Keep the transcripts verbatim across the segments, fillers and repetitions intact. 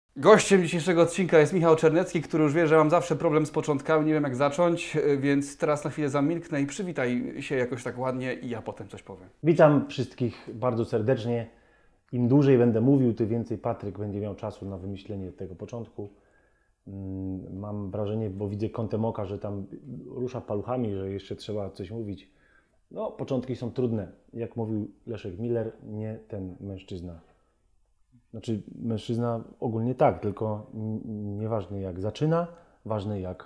Gościem dzisiejszego odcinka jest Michał Czernecki, który już wie, że mam zawsze problem z początkami, nie wiem jak zacząć, więc teraz na chwilę zamilknę i przywitaj się jakoś tak ładnie i ja potem coś powiem. Witam wszystkich bardzo serdecznie. Im dłużej będę mówił, tym więcej Patryk będzie miał czasu na wymyślenie tego początku. Mm, Mam wrażenie, bo widzę kątem oka, że tam rusza paluchami, że jeszcze trzeba coś mówić. No, początki są trudne. Jak mówił Leszek Miller, nie ten mężczyzna. Znaczy, mężczyzna ogólnie tak, tylko n- nieważne jak zaczyna, ważne jak.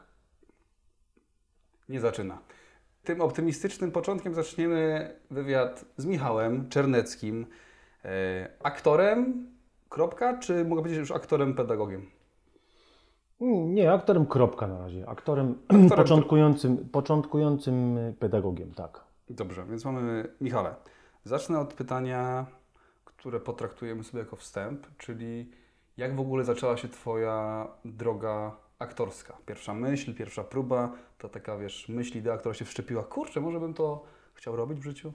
Nie zaczyna. Tym optymistycznym początkiem zaczniemy wywiad z Michałem Czerneckim, e, aktorem, kropka, czy mogę powiedzieć już aktorem, pedagogiem? Mm, Nie, aktorem kropka na razie. Aktorem, Aktorem, początkującym, początkującym pedagogiem, tak. Dobrze, więc mamy Michale. Zacznę od pytania, które potraktujemy sobie jako wstęp, czyli jak w ogóle zaczęła się Twoja droga aktorska? Pierwsza myśl, pierwsza próba, to taka, wiesz, myśl, idea, która się wszczepiła. Kurczę, może bym to chciał robić w życiu?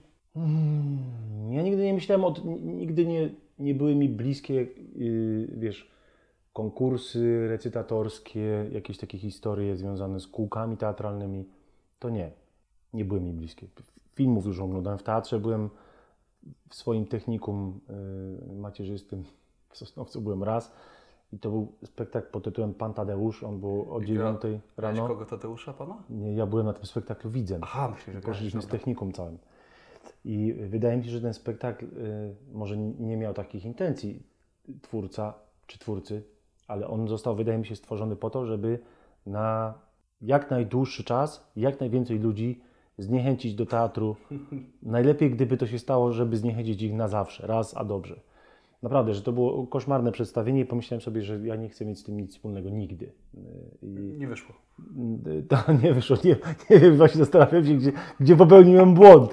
Mm, Ja nigdy nie myślałem, o, nigdy nie, nie były mi bliskie, yy, wiesz, konkursy recytatorskie, jakieś takie historie związane z kółkami teatralnymi. To nie, nie były mi bliskie. Filmów już oglądałem w teatrze, byłem w swoim technikum yy, macierzystym w Sosnowcu byłem raz i to był spektakl pod tytułem Pan Tadeusz, on był o dziewiątej Grałeś rano. kogo, Tadeusza pana? Nie, ja byłem na tym spektaklu widzem. Aha, myślę, że grałeś. Poszliśmy z Dobra. technikum całym. I wydaje mi się, że ten spektakl y, może nie miał takich intencji twórca czy twórcy, ale on został, wydaje mi się, stworzony po to, żeby na jak najdłuższy czas, jak najwięcej ludzi zniechęcić do teatru. Najlepiej, gdyby to się stało, żeby zniechęcić ich na zawsze, raz a dobrze. Naprawdę, że to było koszmarne przedstawienie i pomyślałem sobie, że ja nie chcę mieć z tym nic wspólnego nigdy. Y, I Nie wyszło. to nie wyszło, nie, nie wiem, właśnie zastanawiam się, gdzie, gdzie popełniłem błąd.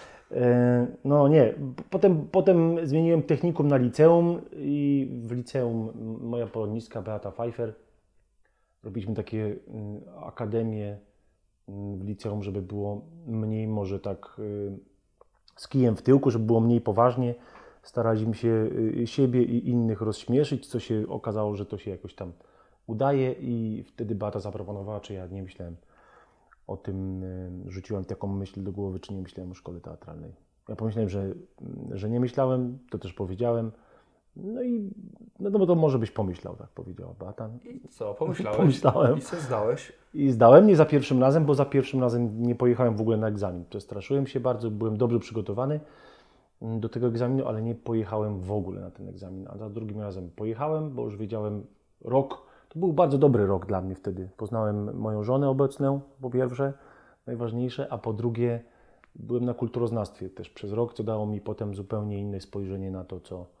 E, No nie, potem, potem zmieniłem technikum na liceum i w liceum moja polonistka Beata Pfeiffer, robiliśmy takie mm, akademie mm, w liceum, żeby było mniej może tak y, z kijem w tyłku, żeby było mniej poważnie. Staraliśmy się y, siebie i innych rozśmieszyć, co się okazało, że to się jakoś tam udaje i wtedy Beata zaproponowała, czy ja nie myślałem o tym, y, rzuciłem taką myśl do głowy, czy nie myślałem o szkole teatralnej. Ja pomyślałem, że, że nie myślałem, to też powiedziałem. No i no, no bo to może byś pomyślał, tak powiedziała Beata. I co, pomyślałeś? Pomyślałem. I se zdałeś? I zdałem nie za pierwszym razem, bo za pierwszym razem nie pojechałem w ogóle na egzamin. Przestraszyłem się bardzo, byłem dobrze przygotowany do tego egzaminu, ale nie pojechałem w ogóle na ten egzamin. A za drugim razem pojechałem, bo już wiedziałem rok. To był bardzo dobry rok dla mnie wtedy. Poznałem moją żonę obecną, po pierwsze, najważniejsze, a po drugie byłem na kulturoznawstwie też przez rok, co dało mi potem zupełnie inne spojrzenie na to, co,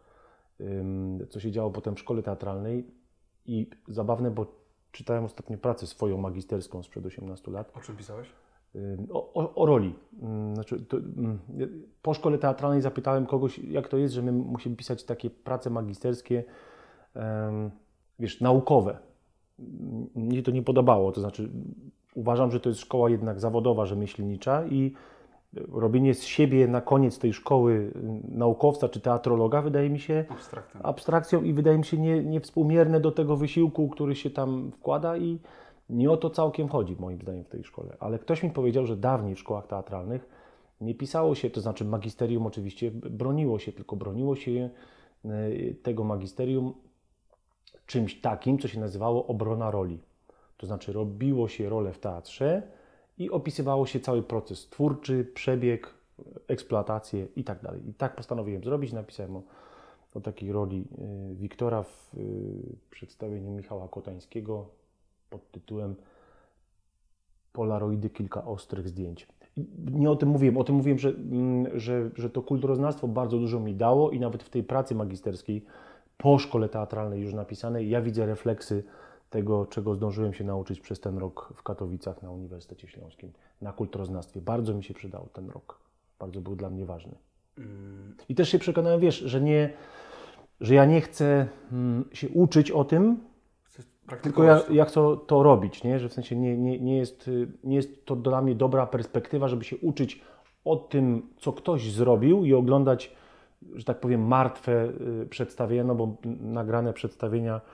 ym, co się działo potem w szkole teatralnej. I zabawne, bo czytałem ostatnio pracę swoją magisterską sprzed osiemnastu lat. O czym pisałeś? Ym, O, o, o roli. Ym, Znaczy, to, ym, po szkole teatralnej zapytałem kogoś, jak to jest, że my musimy pisać takie prace magisterskie, ym, wiesz, naukowe. Mnie to nie podobało, to znaczy uważam, że to jest szkoła jednak zawodowa, rzemieślnicza i robienie z siebie na koniec tej szkoły naukowca czy teatrologa wydaje mi się Abstraktem. abstrakcją i wydaje mi się nie, niewspółmierne do tego wysiłku, który się tam wkłada i nie o to całkiem chodzi moim zdaniem w tej szkole. Ale ktoś mi powiedział, że dawniej w szkołach teatralnych nie pisało się, to znaczy magisterium oczywiście broniło się, tylko broniło się y, tego magisterium czymś takim, co się nazywało obrona roli. To znaczy robiło się rolę w teatrze i opisywało się cały proces twórczy, przebieg, eksploatację i tak dalej. I tak postanowiłem zrobić. Napisałem o, o takiej roli y, Wiktora w y, przedstawieniu Michała Kotańskiego pod tytułem Polaroidy, kilka ostrych zdjęć. I nie o tym mówiłem, o tym mówiłem, że, mm, że, że to kulturoznawstwo bardzo dużo mi dało i nawet w tej pracy magisterskiej po szkole teatralnej już napisanej ja widzę refleksy tego, czego zdążyłem się nauczyć przez ten rok w Katowicach na Uniwersytecie Śląskim, na kulturoznawstwie. Bardzo mi się przydał ten rok. Bardzo był dla mnie ważny. I też się przekonałem, wiesz, że, nie, że ja nie chcę mm, się uczyć o tym, tylko ja, ja chcę to robić, nie? Że w sensie nie, nie, nie, jest, y, nie jest to dla mnie dobra perspektywa, żeby się uczyć o tym, co ktoś zrobił i oglądać, że tak powiem, martwe y, przedstawienia, no bo nagrane przedstawienia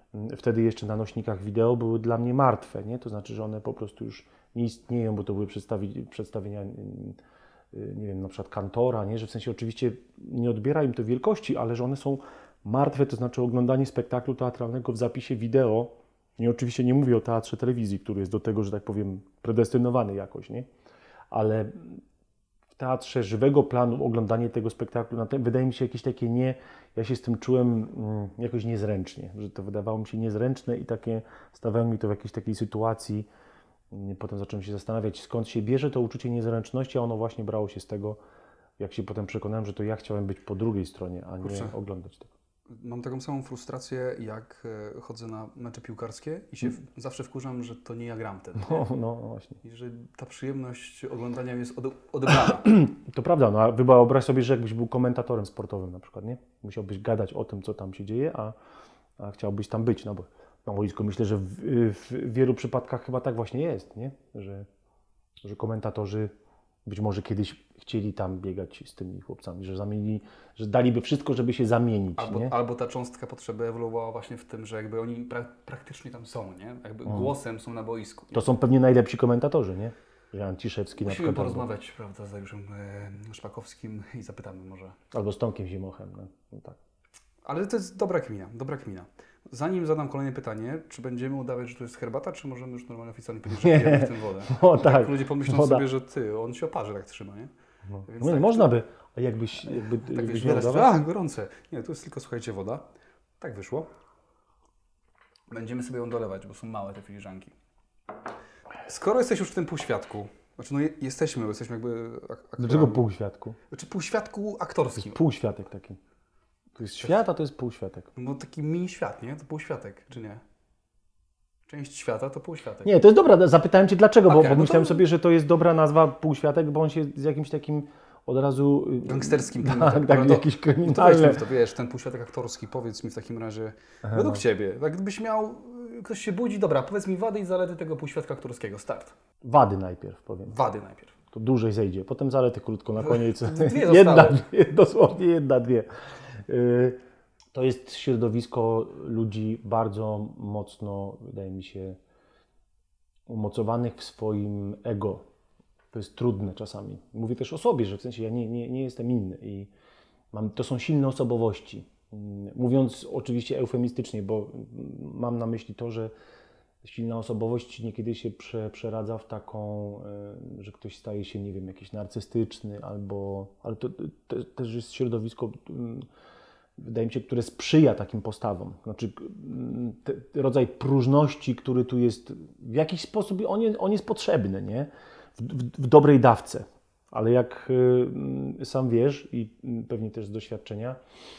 wtedy jeszcze na nośnikach wideo były dla mnie martwe, nie? To znaczy, że one po prostu już nie istnieją, bo to były przedstawi- przedstawienia, nie wiem, na przykład Kantora, nie? Że w sensie oczywiście nie odbiera im to wielkości, ale że one są martwe, to znaczy oglądanie spektaklu teatralnego w zapisie wideo. Nie, oczywiście nie mówię o teatrze telewizji, który jest do tego, że tak powiem, predestynowany jakoś, nie? Ale w teatrze żywego planu oglądanie tego spektaklu, na ten, wydaje mi się jakieś takie nie, ja się z tym czułem mm, jakoś niezręcznie, że to wydawało mi się niezręczne i takie, stawałem mi to w jakiejś takiej sytuacji. Potem zacząłem się zastanawiać, skąd się bierze to uczucie niezręczności, a ono właśnie brało się z tego, jak się potem przekonałem, że to ja chciałem być po drugiej stronie, a nie Kurczę. oglądać tego. Mam taką samą frustrację, jak e, chodzę na mecze piłkarskie i się w, zawsze wkurzam, że to nie ja gram wtedy. No, no właśnie. I że ta przyjemność oglądania jest ode, odebrana. To prawda, no a wyobraź sobie, że jakbyś był komentatorem sportowym na przykład, nie? Musiałbyś gadać o tym, co tam się dzieje, a, a chciałbyś tam być na, bo, na boisku. Myślę, że w, w wielu przypadkach chyba tak właśnie jest, nie? Że, że komentatorzy być może kiedyś chcieli tam biegać z tymi chłopcami, że zamienili, że daliby wszystko, żeby się zamienić, Albo, nie? albo ta cząstka potrzeby ewoluowała właśnie w tym, że jakby oni pra, praktycznie tam są, nie? Jakby Mhm. głosem są na boisku. To są pewnie najlepsi komentatorzy, nie? Że Anciszewski na Musimy przykład. porozmawiać, prawda, z Dariuszem e, Szpakowskim i zapytamy może. Albo, albo z Tomkiem Zimochem, no, no tak. Ale to jest dobra kmina, dobra kmina. Zanim zadam kolejne pytanie, czy będziemy udawać, że to jest herbata, czy możemy już normalnie oficjalnie powiedzieć, że pijemy w tym wodę? O tak. Ludzie pomyślą woda. sobie, że ty, on się oparzy, tak trzyma, nie? No. Więc No, tak, można by, a jakbyś, jakby, Tak jakbyś wiesz, miał wiele dawać? A, gorące. Nie, tu jest tylko, słuchajcie, woda. Tak wyszło. Będziemy sobie ją dolewać, bo są małe te filiżanki. Skoro jesteś już w tym półświadku, znaczy no je, jesteśmy, bo jesteśmy jakby ak- aktorami. Dlaczego półświadku? Znaczy półświadku To aktorskim. jest półświatek taki. To jest świat, a to jest półświatek. No taki mini świat, nie? To półświatek, czy nie? Część świata to półświatek. Nie, to jest dobra, zapytałem Cię dlaczego, bo, Okej, bo no myślałem to- sobie, że to jest dobra nazwa półświatek, bo on się z jakimś takim od razu... y, Gangsterskim Tak, klimatem. tak, Dobra, jakiś to, no to kryminalny. wejdźmy w to, wiesz, ten półświatek aktorski, powiedz mi w takim razie, według no. Ciebie, tak gdybyś miał, y, ktoś się budzi, dobra, powiedz mi wady i zalety tego półświadka aktorskiego, start. Wady najpierw powiem. Wady najpierw. To dłużej zejdzie, potem zalety krótko na koniec. Dwie jedna, zostały. dwie, dosłownie jedna, dwie. Y, To jest środowisko ludzi bardzo mocno, wydaje mi się, umocowanych w swoim ego. To jest trudne czasami. Mówię też o sobie, że w sensie ja nie, nie, nie jestem inny i mam, to są silne osobowości. Mm, Mówiąc oczywiście eufemistycznie, bo mm, mam na myśli to, że silna osobowość niekiedy się prze, przeradza w taką, e, że ktoś staje się, nie wiem, jakiś narcystyczny albo, ale to, to też jest środowisko, mm, wydaje mi się, które sprzyja takim postawom. Znaczy mm, te, rodzaj próżności, który tu jest, w jakiś sposób on jest, on jest potrzebny, nie? W, w, w dobrej dawce. Ale jak y, sam wiesz i y, pewnie też z doświadczenia,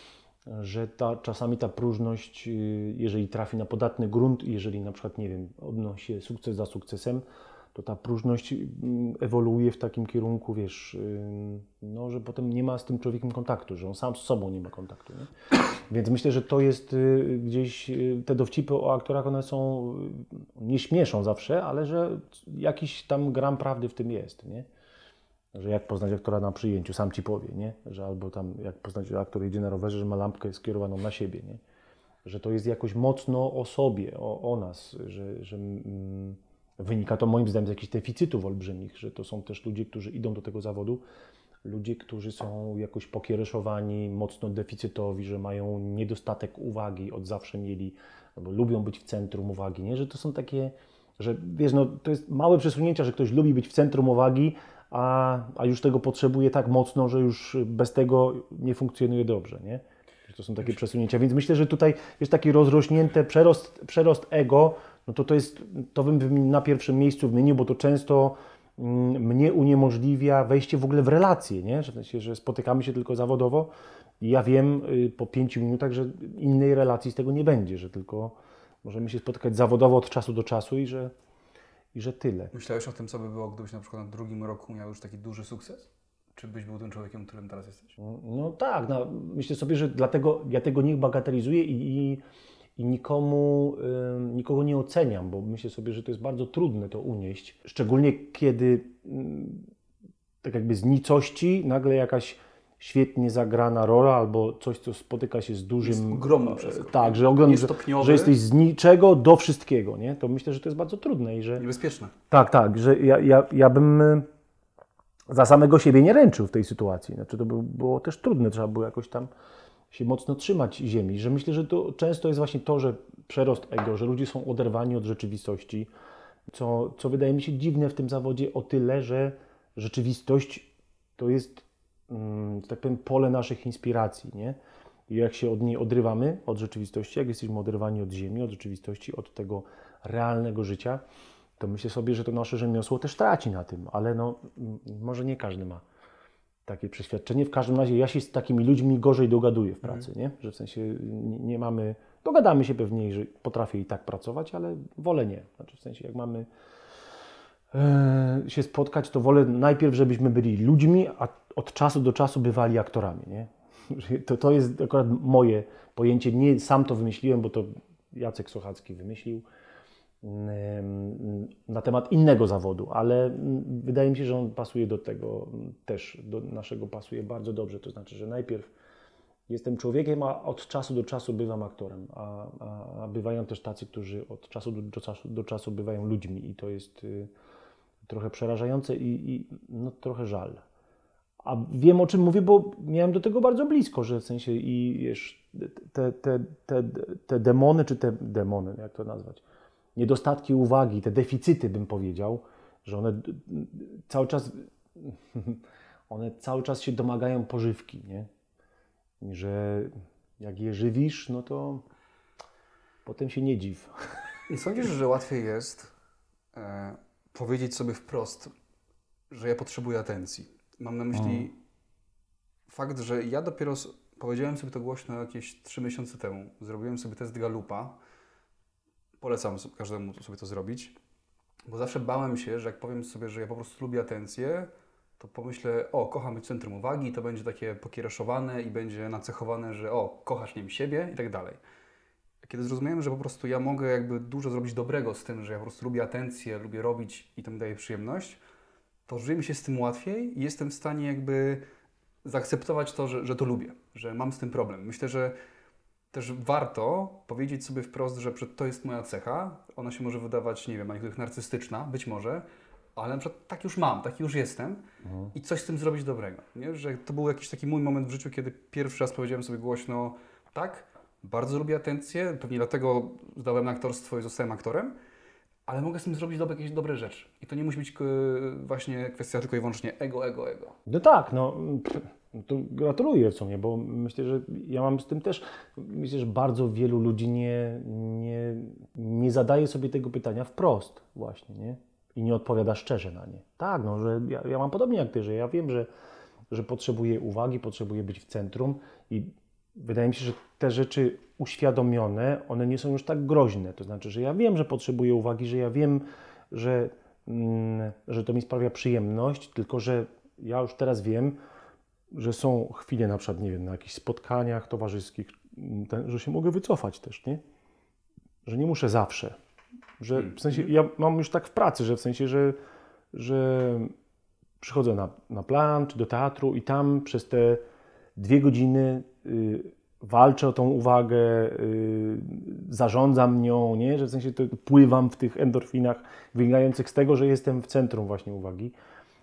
że ta, czasami ta próżność, y, jeżeli trafi na podatny grunt i jeżeli na przykład, nie wiem, odnosi sukces za sukcesem, to ta próżność y, ewoluuje w takim kierunku, wiesz, y, no, że potem nie ma z tym człowiekiem kontaktu, że on sam z sobą nie ma kontaktu. Nie? Więc myślę, że to jest y, gdzieś, y, te dowcipy o aktorach, one są, y, nie śmieszą zawsze, ale że jakiś tam gram prawdy w tym jest, nie? Że jak poznać aktora na przyjęciu, sam Ci powie, nie? Że albo tam jak poznać, że aktor jedzie na rowerze, że ma lampkę skierowaną na siebie, nie? Że to jest jakoś mocno o sobie, o, o nas, że, że mm, wynika to moim zdaniem z jakichś deficytów olbrzymich, że to są też ludzie, którzy idą do tego zawodu, ludzie, którzy są jakoś pokiereszowani, mocno deficytowi, że mają niedostatek uwagi, od zawsze mieli, albo lubią być w centrum uwagi, nie? Że to są takie, że wiesz, no to jest małe przesunięcia, że ktoś lubi być w centrum uwagi, a, a już tego potrzebuje tak mocno, że już bez tego nie funkcjonuje dobrze, nie? To są takie przesunięcia, więc myślę, że tutaj jest taki rozrośnięty przerost, przerost ego, no to to jest, to bym na pierwszym miejscu wymienił, bo to często mm, mnie uniemożliwia wejście w ogóle w relacje, nie? Że, w sensie, że spotykamy się tylko zawodowo i ja wiem y, po pięciu minutach, że innej relacji z tego nie będzie, że tylko możemy się spotykać zawodowo od czasu do czasu i że I że tyle. Myślałeś o tym, co by było, gdybyś na przykład na drugim roku miał już taki duży sukces? Czy byś był tym człowiekiem, którym teraz jesteś? No tak, no, myślę sobie, że dlatego ja tego nie bagatelizuję i, i, i nikomu, y, nikogo nie oceniam, bo myślę sobie, że to jest bardzo trudne to unieść. Szczególnie kiedy y, tak jakby z nicości nagle jakaś świetnie zagrana rola albo coś, co spotyka się z dużym... Jest ogromny przeskok. Tak, że ogromny, że, Niestopniowy. że jesteś z niczego do wszystkiego, nie? To myślę, że to jest bardzo trudne i że... Niebezpieczne. Tak, tak, że ja, ja, ja bym y, za samego siebie nie ręczył w tej sytuacji. Znaczy to by, było też trudne, trzeba było jakoś tam się mocno trzymać ziemi. Że myślę, że to często jest właśnie to, że przerost ego, że ludzie są oderwani od rzeczywistości, co, co wydaje mi się dziwne w tym zawodzie o tyle, że rzeczywistość to jest, mm, że tak powiem, pole naszych inspiracji, nie? I jak się od niej odrywamy, od rzeczywistości, jak jesteśmy oderwani od ziemi, od rzeczywistości, od tego realnego życia, to myślę sobie, że to nasze rzemiosło też traci na tym, ale no, m, może nie każdy ma takie przeświadczenie. W każdym razie ja się z takimi ludźmi gorzej dogaduję w pracy, nie? Że w sensie nie, nie mamy, dogadamy się pewnie, że potrafię i tak pracować, ale wolę nie. Znaczy w sensie jak mamy e, się spotkać, to wolę najpierw, żebyśmy byli ludźmi, a od czasu do czasu bywali aktorami, nie? To, to jest akurat moje pojęcie. Nie sam to wymyśliłem, bo to Jacek Sochacki wymyślił na temat innego zawodu, ale wydaje mi się, że on pasuje do tego też, do naszego pasuje bardzo dobrze. To znaczy, że najpierw jestem człowiekiem, a od czasu do czasu bywam aktorem, a, a, a bywają też tacy, którzy od czasu do, do, czasu do czasu bywają ludźmi i to jest y, trochę przerażające i, i no, trochę żal. A wiem, o czym mówię, bo miałem do tego bardzo blisko, że w sensie i wiesz, te, te, te, te demony, czy te demony, jak to nazwać, niedostatki uwagi, te deficyty, bym powiedział, że one cały czas one cały czas się domagają pożywki, nie? I że jak je żywisz, no to potem się nie dziw. Nie sądzisz, że łatwiej jest e, powiedzieć sobie wprost, że ja potrzebuję atencji? Mam na myśli hmm. fakt, że ja dopiero s- powiedziałem sobie to głośno jakieś trzy miesiące temu. Zrobiłem sobie test Galupa. Polecam każdemu sobie to zrobić, bo zawsze bałem się, że jak powiem sobie, że ja po prostu lubię atencję, to pomyślę, o, kocham być centrum uwagi, i to będzie takie pokiereszowane i będzie nacechowane, że o, kochasz nie siebie i tak dalej. Kiedy zrozumiałem, że po prostu ja mogę jakby dużo zrobić dobrego z tym, że ja po prostu lubię atencję, lubię robić i to mi daje przyjemność, to żyje mi się z tym łatwiej i jestem w stanie jakby zaakceptować to, że, że to lubię, że mam z tym problem. Myślę, że też warto powiedzieć sobie wprost, że to jest moja cecha. Ona się może wydawać, nie wiem, na niektórych narcystyczna, być może, ale na przykład tak już mam, tak już jestem mhm. i coś z tym zrobić dobrego. Nie? Że to był jakiś taki mój moment w życiu, kiedy pierwszy raz powiedziałem sobie głośno, tak, bardzo lubię atencję, pewnie dlatego zdałem na aktorstwo i zostałem aktorem, ale mogę z tym zrobić dobre, jakieś dobre rzeczy. I to nie musi być właśnie kwestia tylko i wyłącznie ego, ego, ego. No tak, no... To gratuluję w sumie, bo myślę, że ja mam z tym też, myślę, że bardzo wielu ludzi nie, nie, nie zadaje sobie tego pytania wprost właśnie, nie? I nie odpowiada szczerze na nie. Tak, no, że ja, ja mam podobnie jak Ty, że ja wiem, że, że potrzebuję uwagi, potrzebuję być w centrum i wydaje mi się, że te rzeczy uświadomione, one nie są już tak groźne. To znaczy, że ja wiem, że potrzebuję uwagi, że ja wiem, że, mm, że to mi sprawia przyjemność, tylko że ja już teraz wiem, że są chwile na przykład, nie wiem, na jakichś spotkaniach towarzyskich, ten, że się mogę wycofać też, nie? Że nie muszę zawsze. Że w sensie, ja mam już tak w pracy, że w sensie, że, że przychodzę na, na plan czy do teatru i tam przez te dwie godziny y, walczę o tą uwagę, y, zarządzam nią, nie? Że w sensie to pływam w tych endorfinach wynikających z tego, że jestem w centrum właśnie uwagi.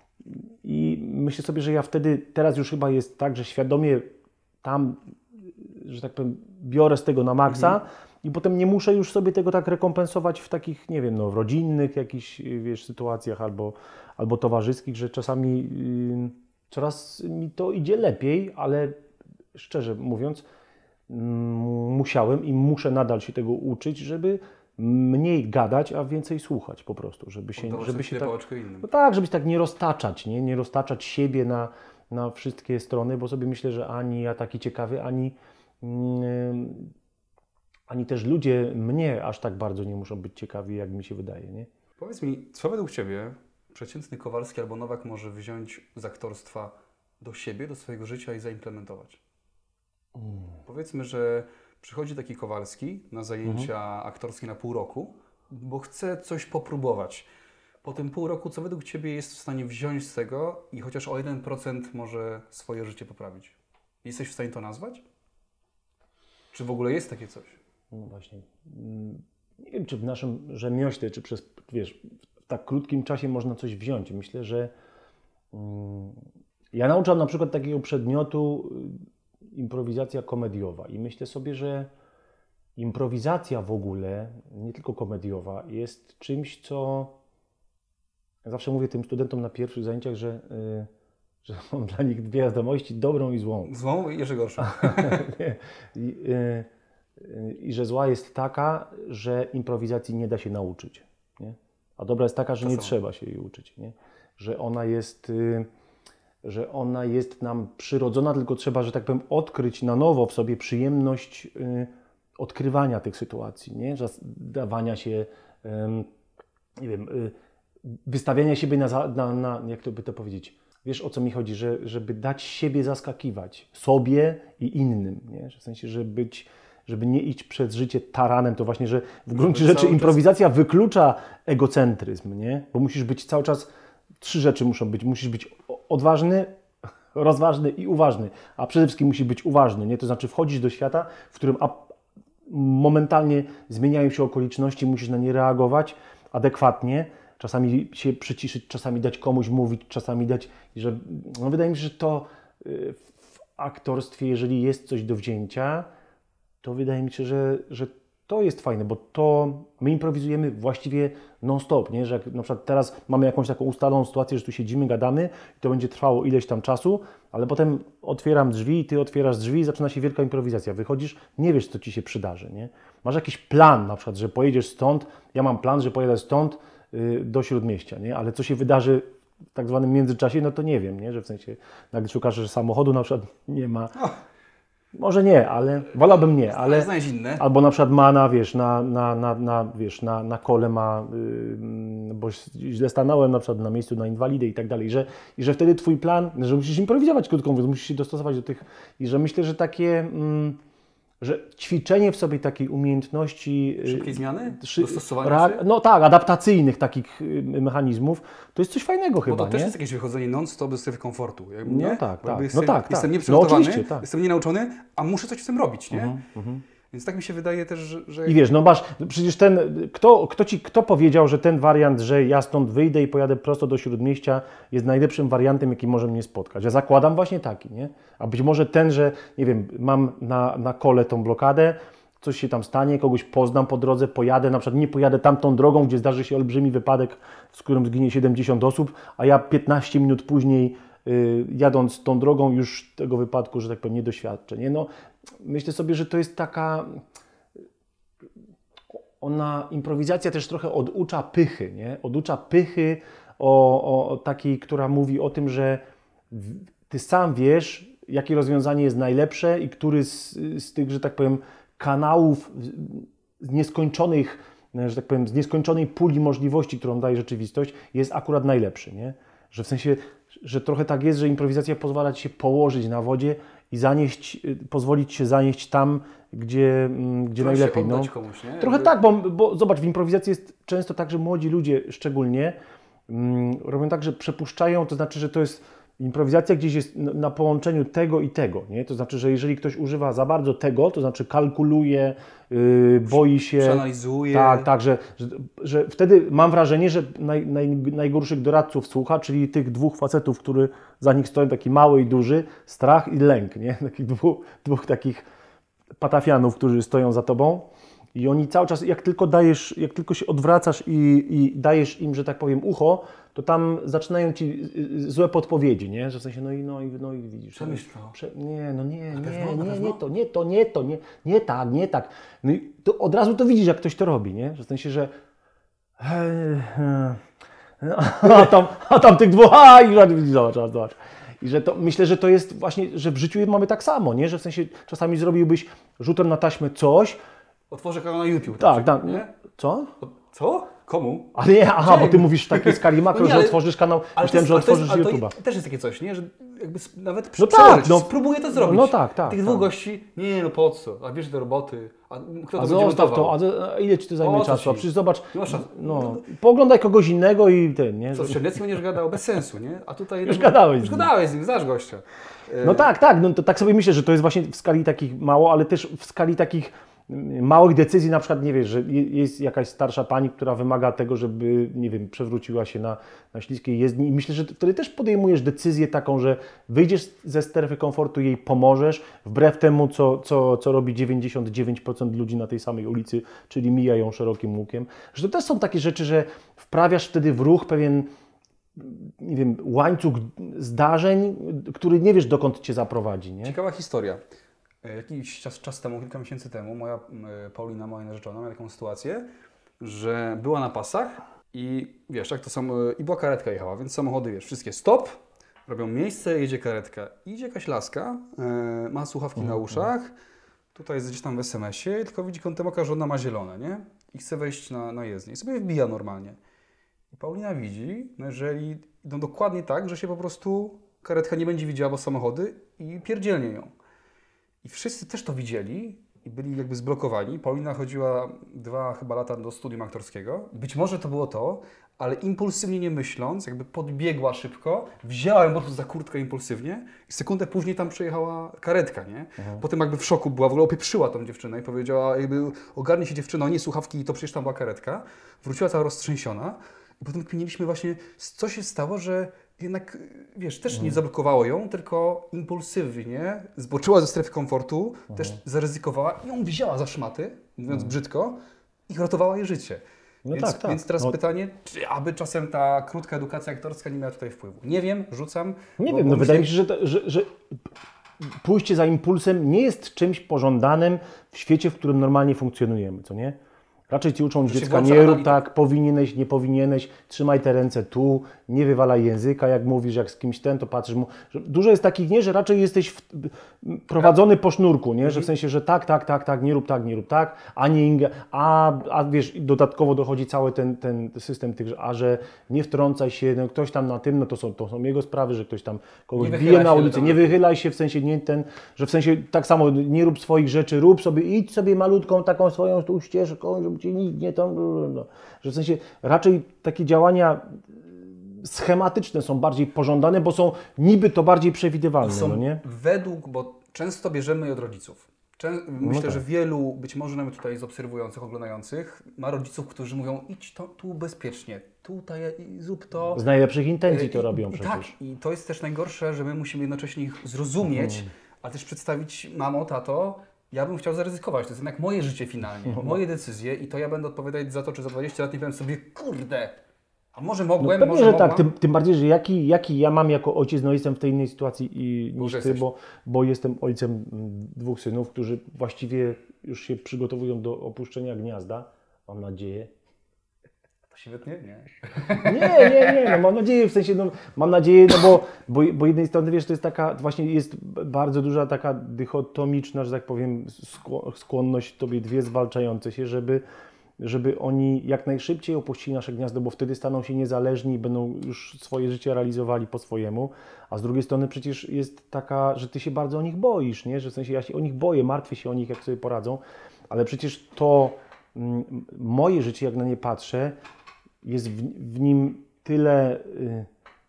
I myślę sobie, że ja wtedy, teraz już chyba jest tak, że świadomie tam, że tak powiem, biorę z tego na maksa mhm. i potem nie muszę już sobie tego tak rekompensować w takich, nie wiem, no, rodzinnych jakichś, wiesz, sytuacjach albo, albo towarzyskich, że czasami yy, coraz mi to idzie lepiej, ale szczerze mówiąc, yy, musiałem i muszę nadal się tego uczyć, żeby mniej gadać, a więcej słuchać po prostu, żeby się, żeby się tak, no tak, żeby się tak nie roztaczać, nie, nie roztaczać siebie na, na wszystkie strony, bo sobie myślę, że ani ja taki ciekawy, ani, yy, ani też ludzie mnie aż tak bardzo nie muszą być ciekawi, jak mi się wydaje, nie? Powiedz mi, co według Ciebie przeciętny Kowalski albo Nowak może wziąć z aktorstwa do siebie, do swojego życia i zaimplementować? Mm. Powiedzmy, że przychodzi taki Kowalski na zajęcia mhm. aktorskie na pół roku, bo chce coś popróbować. Po tym pół roku, co według Ciebie jest w stanie wziąć z tego i chociaż o jeden procent może swoje życie poprawić? Jesteś w stanie to nazwać? Czy w ogóle jest takie coś? No właśnie. Mm, Nie wiem, czy w naszym rzemiośle, czy przez, wiesz, w tak krótkim czasie można coś wziąć. Myślę, że mm, ja nauczam na przykład takiego przedmiotu y, improwizacja komediowa i myślę sobie, że improwizacja w ogóle, nie tylko komediowa, jest czymś, co ja zawsze mówię tym studentom na pierwszych zajęciach, że, y, że mam dla nich dwie wiadomości, dobrą i złą. Złą i jeszcze gorszą. I, y, y, I że zła jest taka, że improwizacji nie da się nauczyć. Nie? A dobra jest taka, że To nie samo. trzeba się jej uczyć. Nie? Że ona jest, y, że ona jest nam przyrodzona, tylko trzeba, że tak powiem, odkryć na nowo w sobie przyjemność y, odkrywania tych sytuacji, nie? Że dawania się, ym, nie wiem, y, wystawiania siebie na, za- na, na, jak to by to powiedzieć, wiesz o co mi chodzi, że, żeby dać siebie zaskakiwać, sobie i innym, nie? Że w sensie, żeby być, żeby nie iść przez życie taranem, to właśnie, że w gruncie Żeby rzeczy cały czas- improwizacja wyklucza egocentryzm, nie? Bo musisz być cały czas, trzy rzeczy muszą być, musisz być o- odważny, rozważny i uważny, a przede wszystkim musi być uważny, nie? To znaczy wchodzisz do świata, w którym a, momentalnie zmieniają się okoliczności, musisz na nie reagować adekwatnie, czasami się przyciszyć, czasami dać komuś mówić, czasami dać, i że no wydaje mi się, że to y, w aktorstwie, jeżeli jest coś do wzięcia, to wydaje mi się, że, że to jest fajne, bo to my improwizujemy właściwie non-stop, nie? Że jak na przykład teraz mamy jakąś taką ustaloną sytuację, że tu siedzimy, gadamy i to będzie trwało ileś tam czasu, ale potem otwieram drzwi, ty otwierasz drzwi i zaczyna się wielka improwizacja. Wychodzisz, nie wiesz, co ci się przydarzy, nie? Masz jakiś plan na przykład, że pojedziesz stąd, ja mam plan, że pojadę stąd y, do Śródmieścia, nie? Ale co się wydarzy w tak zwanym międzyczasie, no to nie wiem, nie? Że w sensie nagle szukasz, że samochodu na przykład nie ma. Może nie, ale wolałbym nie, ale Ale znajdź inne. albo na przykład ma na, wiesz, na, na, na, na, wiesz, na, na kole ma, yy, bo źle stanąłem na przykład na miejscu na inwalidę i tak dalej, i że, i że wtedy twój plan, że musisz improwizować, krótko mówiąc, musisz się dostosować do tych, i że myślę, że takie, mm, że ćwiczenie w sobie takiej umiejętności yy, Szybkiej zmiany? szy- Dostosowania ra- się? no tak, adaptacyjnych takich yy, mechanizmów, to jest coś fajnego Bo chyba, to też nie? jest jakieś wychodzenie non-stop ze strefy komfortu. Jakby, No nie? tak, Bo jakby tak. Jestem, No tak, tak. jestem No nieprzygotowany, oczywiście, tak. jestem nienauczony, a muszę coś w tym robić, nie? Mhm, mhm. Więc tak mi się wydaje też, że... że... I wiesz, no masz, przecież ten, kto, kto ci, kto powiedział, że ten wariant, że ja stąd wyjdę i pojadę prosto do Śródmieścia jest najlepszym wariantem, jaki może mnie spotkać. Ja zakładam właśnie taki, nie? A być może ten, że, nie wiem, mam na, na kole tą blokadę, coś się tam stanie, kogoś poznam po drodze, pojadę, na przykład nie pojadę tamtą drogą, gdzie zdarzy się olbrzymi wypadek, z którym zginie siedemdziesiąt osób, a ja piętnaście minut później y, jadąc tą drogą już tego wypadku, że tak powiem, nie doświadczę, nie? No, myślę sobie, że to jest taka... Ona, improwizacja też trochę oducza pychy, nie? Oducza pychy o, o, o takiej, która mówi o tym, że w- ty sam wiesz, jakie rozwiązanie jest najlepsze i który z, z tych, że tak powiem, kanałów z nieskończonych, że tak powiem, z nieskończonej puli możliwości, którą daje rzeczywistość, jest akurat najlepszy, nie? Że w sensie, że trochę tak jest, że improwizacja pozwala ci się położyć na wodzie i zanieść, y, pozwolić się zanieść tam, gdzie, mm, gdzie Trochę najlepiej. się No. oddać komuś, nie? Trochę Jakby- tak, bo, bo zobacz, w improwizacji jest często tak, że młodzi ludzie szczególnie mm, robią tak, że przepuszczają, to znaczy, że to jest improwizacja gdzieś jest na, na połączeniu tego i tego, nie? To znaczy, że jeżeli ktoś używa za bardzo tego, to znaczy kalkuluje, yy, boi się. Przeanalizuje. Tak, tak, że, że, że wtedy mam wrażenie, że naj, naj, najgorszych doradców słucha, czyli tych dwóch facetów, który za nich stoją, taki mały i duży, strach i lęk, nie? Takich dwóch, dwóch takich patafianów, którzy stoją za tobą i oni cały czas, jak tylko dajesz, jak tylko się odwracasz i, i dajesz im, że tak powiem, ucho, to tam zaczynają ci y, y, złe podpowiedzi, nie? Że w sensie, no i, no i, no i widzisz. Przemyśl to. Prze, nie, no nie, pewno? nie, Na nie, pewno? nie to, nie to, nie to, nie, nie tak, nie tak. No i to od razu to widzisz, jak ktoś to robi, nie? Że w sensie, że a tam, a tam tych dwóch, a i zobacz, zobacz, zobacz. I że to, myślę, że to jest właśnie, że w życiu mamy tak samo, nie? Że w sensie czasami zrobiłbyś rzutem na taśmę coś, Otworzę kanał na YouTube. tak, tak, tak, nie? co? Co? Komu? Ale nie, aha, Czemu? bo ty mówisz w takiej skali makro, No nie, że ale- otworzysz kanał, Ale myślałem, to że jest, ale to otworzysz jest, ale YouTube'a. to też jest takie coś, nie? Że jakby sp- nawet No przełożyć, tak, no. spróbuję to zrobić. No tak, tak, Tych tak. dwóch gości, nie no po co, a wiesz te roboty, a kto to A będzie zostaw montował? to, a za- a ile ci to zajmie O co czasu? A ci? przecież zobacz, Nie masz czasu. no, pooglądaj kogoś innego i ten, nie? Co, z Czerneckim będziesz gadał? Bez sensu, nie? A tutaj... Już gadałeś z Już nim. gadałeś z nim, znasz gościa. E, No tak, tak, no to tak sobie myślę, że to jest właśnie w skali takich mało, ale też w skali takich mm, małych decyzji, na przykład, nie wiesz, że je- jest jakaś starsza pani, która wymaga tego, żeby, nie wiem, przewróciła się na, na śliskiej jezdni i myślę, że wtedy też podejmujesz decyzję taką, że wyjdziesz ze strefy komfortu, jej pomożesz, wbrew temu, co, co, co robi dziewięćdziesiąt dziewięć procent ludzi na tej samej ulicy, czyli mija ją szerokim łukiem, że to też są takie rzeczy, że wprawiasz wtedy w ruch pewien, nie wiem, łańcuch zdarzeń, który nie wiesz, dokąd cię zaprowadzi, nie? Ciekawa historia. E, Jakiś czas, czas temu, kilka miesięcy temu, moja e, Paulina, moja narzeczona, miała taką sytuację, że była na pasach i wiesz, jak to są, e, i była karetka jechała, więc samochody, wiesz, wszystkie stop, robią miejsce, jedzie karetka. Idzie jakaś laska, e, ma słuchawki na uszach, tutaj jest gdzieś tam w es em esie, tylko widzi kątem oka, że ona ma zielone, nie? I chce wejść na, na jezdnię i sobie wbija normalnie. I Paulina widzi, no jeżeli idą dokładnie tak, że się po prostu karetka nie będzie widziała, bo samochody i pierdzielnie ją. I wszyscy też to widzieli i byli jakby zblokowani. Paulina chodziła dwa chyba lata do studium aktorskiego. Być może to było to, ale impulsywnie nie myśląc, jakby podbiegła szybko, wzięła ją po prostu za kurtkę impulsywnie i sekundę później tam przejechała karetka, nie? Potem jakby w szoku była, w ogóle opieprzyła tą dziewczynę i powiedziała, jakby ogarnie się dziewczyno, nie słuchawki, to przecież tam była karetka. Wróciła cała roztrzęsiona i potem kminiliśmy właśnie, co się stało, że jednak, wiesz, też nie zablokowało ją, tylko impulsywnie zboczyła ze strefy komfortu, też zaryzykowała i ją wzięła za szmaty, mówiąc brzydko, i ratowała jej życie. No więc, tak, tak. więc teraz No. pytanie, czy aby czasem ta krótka edukacja aktorska nie miała tutaj wpływu? Nie wiem, rzucam. Nie bo- wiem, bo no wydaje mi myślę- się, że, to, że, że pójście za impulsem nie jest czymś pożądanym w świecie, w którym normalnie funkcjonujemy, co nie? Raczej ci uczą Że się dziecka, włącza nie rób analityk. tak, powinieneś, nie powinieneś, trzymaj te ręce tu, nie wywalaj języka, jak mówisz, jak z kimś ten, to patrzysz mu. Że dużo jest takich, nie, że raczej jesteś w, prowadzony po sznurku, nie, że w sensie, że tak, tak, tak, tak, nie rób tak, nie rób tak, a nie inge, a, a wiesz, i dodatkowo dochodzi cały ten, ten system tych, że- a że nie wtrącaj się, no, ktoś tam na tym, no to są, to są jego sprawy, że ktoś tam kogoś Nie bije wychylaj na się, ulicy, tam- nie wychylaj się, w sensie nie ten, że w sensie tak samo nie rób swoich rzeczy, rób sobie, idź sobie malutką taką swoją tą ścieżką, żeby cię nikt nie tam, no. Że w sensie raczej takie działania schematyczne są bardziej pożądane, bo są niby to bardziej przewidywalne, są no nie? według, bo często bierzemy je od rodziców. Czę, myślę, tak. że wielu, być może nawet tutaj z obserwujących, oglądających, ma rodziców, którzy mówią, idź to, tu bezpiecznie, tutaj i zrób to. Z najlepszych intencji to I- robią i, przecież. Tak, i to jest też najgorsze, że my musimy jednocześnie ich zrozumieć, Mhm. a też przedstawić, mamo, tato, ja bym chciał zaryzykować, to jest jednak moje życie finalnie, Mhm. moje decyzje i to ja będę odpowiadać za to, czy za dwadzieścia lat nie powiem sobie, kurde, a może No mogłem, pewnie, może że mogłam. tak, tym, tym bardziej, że jaki, jaki ja mam jako ojciec, no jestem w tej innej sytuacji i, Bo niż już ty, jesteś. bo, bo jestem ojcem mm, dwóch synów, którzy właściwie już się przygotowują do opuszczenia gniazda, mam nadzieję. To się wytnie? Nie. Nie, nie, nie, no mam nadzieję, w sensie, no, mam nadzieję, no bo, bo, bo jednej strony, wiesz, to jest taka, właśnie jest bardzo duża taka dychotomiczna, że tak powiem, skło- skłonność tobie dwie zwalczające się, żeby, żeby oni jak najszybciej opuścili nasze gniazdo, bo wtedy staną się niezależni i będą już swoje życie realizowali po swojemu, a z drugiej strony przecież jest taka, że ty się bardzo o nich boisz, nie, że w sensie ja się o nich boję, martwię się o nich, jak sobie poradzą, ale przecież to mm, moje życie, jak na nie patrzę, jest w, w nim tyle y,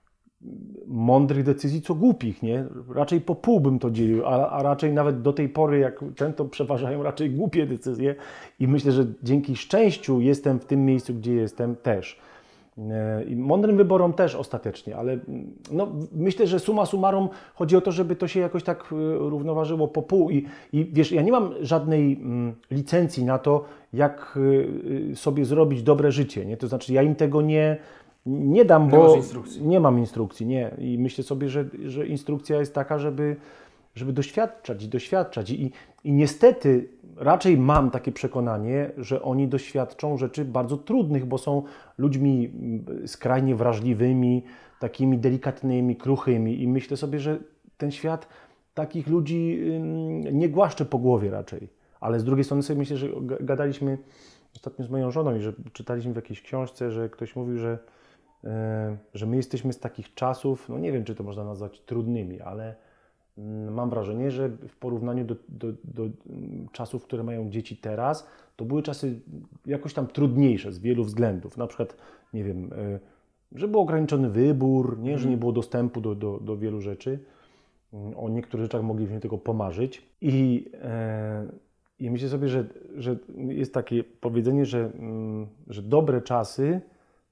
mądrych decyzji, co głupich, nie? Raczej po pół bym to dzielił, a, a raczej nawet do tej pory, jak ten, to przeważają raczej głupie decyzje i myślę, że dzięki szczęściu jestem w tym miejscu, gdzie jestem też. Y, I mądrym wyborom też ostatecznie, ale mm, no, myślę, że summa summarum chodzi o to, żeby to się jakoś tak y, równoważyło po pół i, i wiesz, ja nie mam żadnej mm, licencji na to, jak y, y, sobie zrobić dobre życie, nie? To znaczy ja im tego nie, nie dam, Nie bo masz instrukcji. nie mam instrukcji, nie. I myślę sobie, że, że instrukcja jest taka, żeby, żeby doświadczać i doświadczać. I, I niestety raczej mam takie przekonanie, że oni doświadczą rzeczy bardzo trudnych, bo są ludźmi mm, skrajnie wrażliwymi, takimi delikatnymi, kruchymi i myślę sobie, że ten świat takich ludzi ym, nie głaszcze po głowie raczej. Ale z drugiej strony sobie myślę, że g- gadaliśmy ostatnio z moją żoną i że czytaliśmy w jakiejś książce, że ktoś mówił, że, e, że my jesteśmy z takich czasów, no nie wiem, czy to można nazwać trudnymi, ale mm, mam wrażenie, że w porównaniu do, do, do mm, czasów, które mają dzieci teraz, to były czasy jakoś tam trudniejsze z wielu względów. Na przykład, nie wiem, e, że był ograniczony wybór, nie? Że nie było dostępu do, do, do wielu rzeczy. O niektórych rzeczach mogliśmy tylko pomarzyć. I, e, i myślę sobie, że, że jest takie powiedzenie, że, mm, że dobre czasy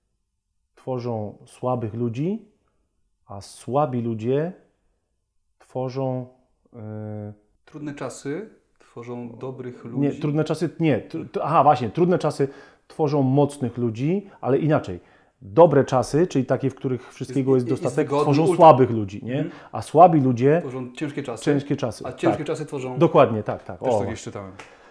tworzą słabych ludzi, a słabi ludzie tworzą... E, Trudne czasy tworzą dobrych ludzi. nie, trudne czasy... Nie, tr, aha, właśnie, trudne czasy tworzą mocnych ludzi, ale inaczej. Dobre czasy, czyli takie, w których wszystkiego jest, Jest- jest dostatek, wygodny, tworzą ultra- sławych ludzi, nie? Mhm. A słabi ludzie Tworzą ciężkie czasy. ciężkie czasy. A ciężkie tak. czasy tworzą... Dokładnie, tak, tak. Też O, to gdzieś czytałem.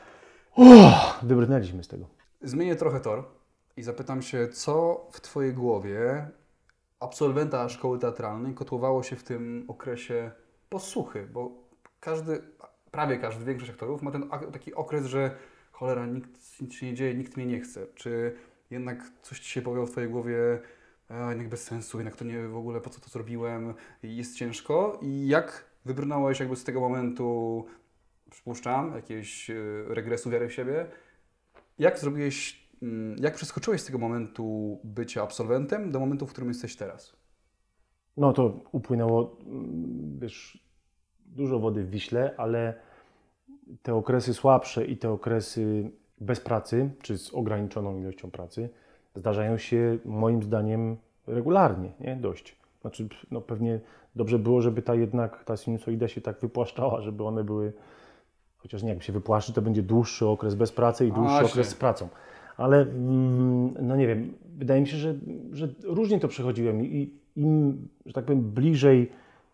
wybrnęliśmy z tego. Zmienię trochę tor i zapytam się, co w Twojej głowie absolwenta szkoły teatralnej kotłowało się w tym okresie posłuchy, bo każdy, prawie każdy, większość aktorów ma ten ak- taki okres, że cholera, nikt, nic się nie dzieje, nikt mnie nie chce. Czy jednak coś Ci się pojawiło w Twojej głowie, a, jednak bez sensu, jednak to nie w ogóle po co to zrobiłem, i jest ciężko. I jak wybrnąłeś jakby z tego momentu, przypuszczam, jakiegoś y, regresu wiary w siebie, jak zrobiłeś, mm, jak przeskoczyłeś z tego momentu bycia absolwentem do momentu, w którym jesteś teraz? No to upłynęło, mm, wiesz, dużo wody w Wiśle, ale te okresy słabsze i te okresy bez pracy, czy z ograniczoną ilością pracy, zdarzają się moim zdaniem regularnie, nie? Dość. Znaczy, no pewnie dobrze było, żeby ta jednak, ta sinusoida się tak wypłaszczała, żeby one były, chociaż nie, jak się wypłaszczy, to będzie dłuższy okres bez pracy i dłuższy Właśnie. okres z pracą. Ale, mm, no nie wiem, wydaje mi się, że, że różnie to przechodziłem i im, że tak powiem, bliżej,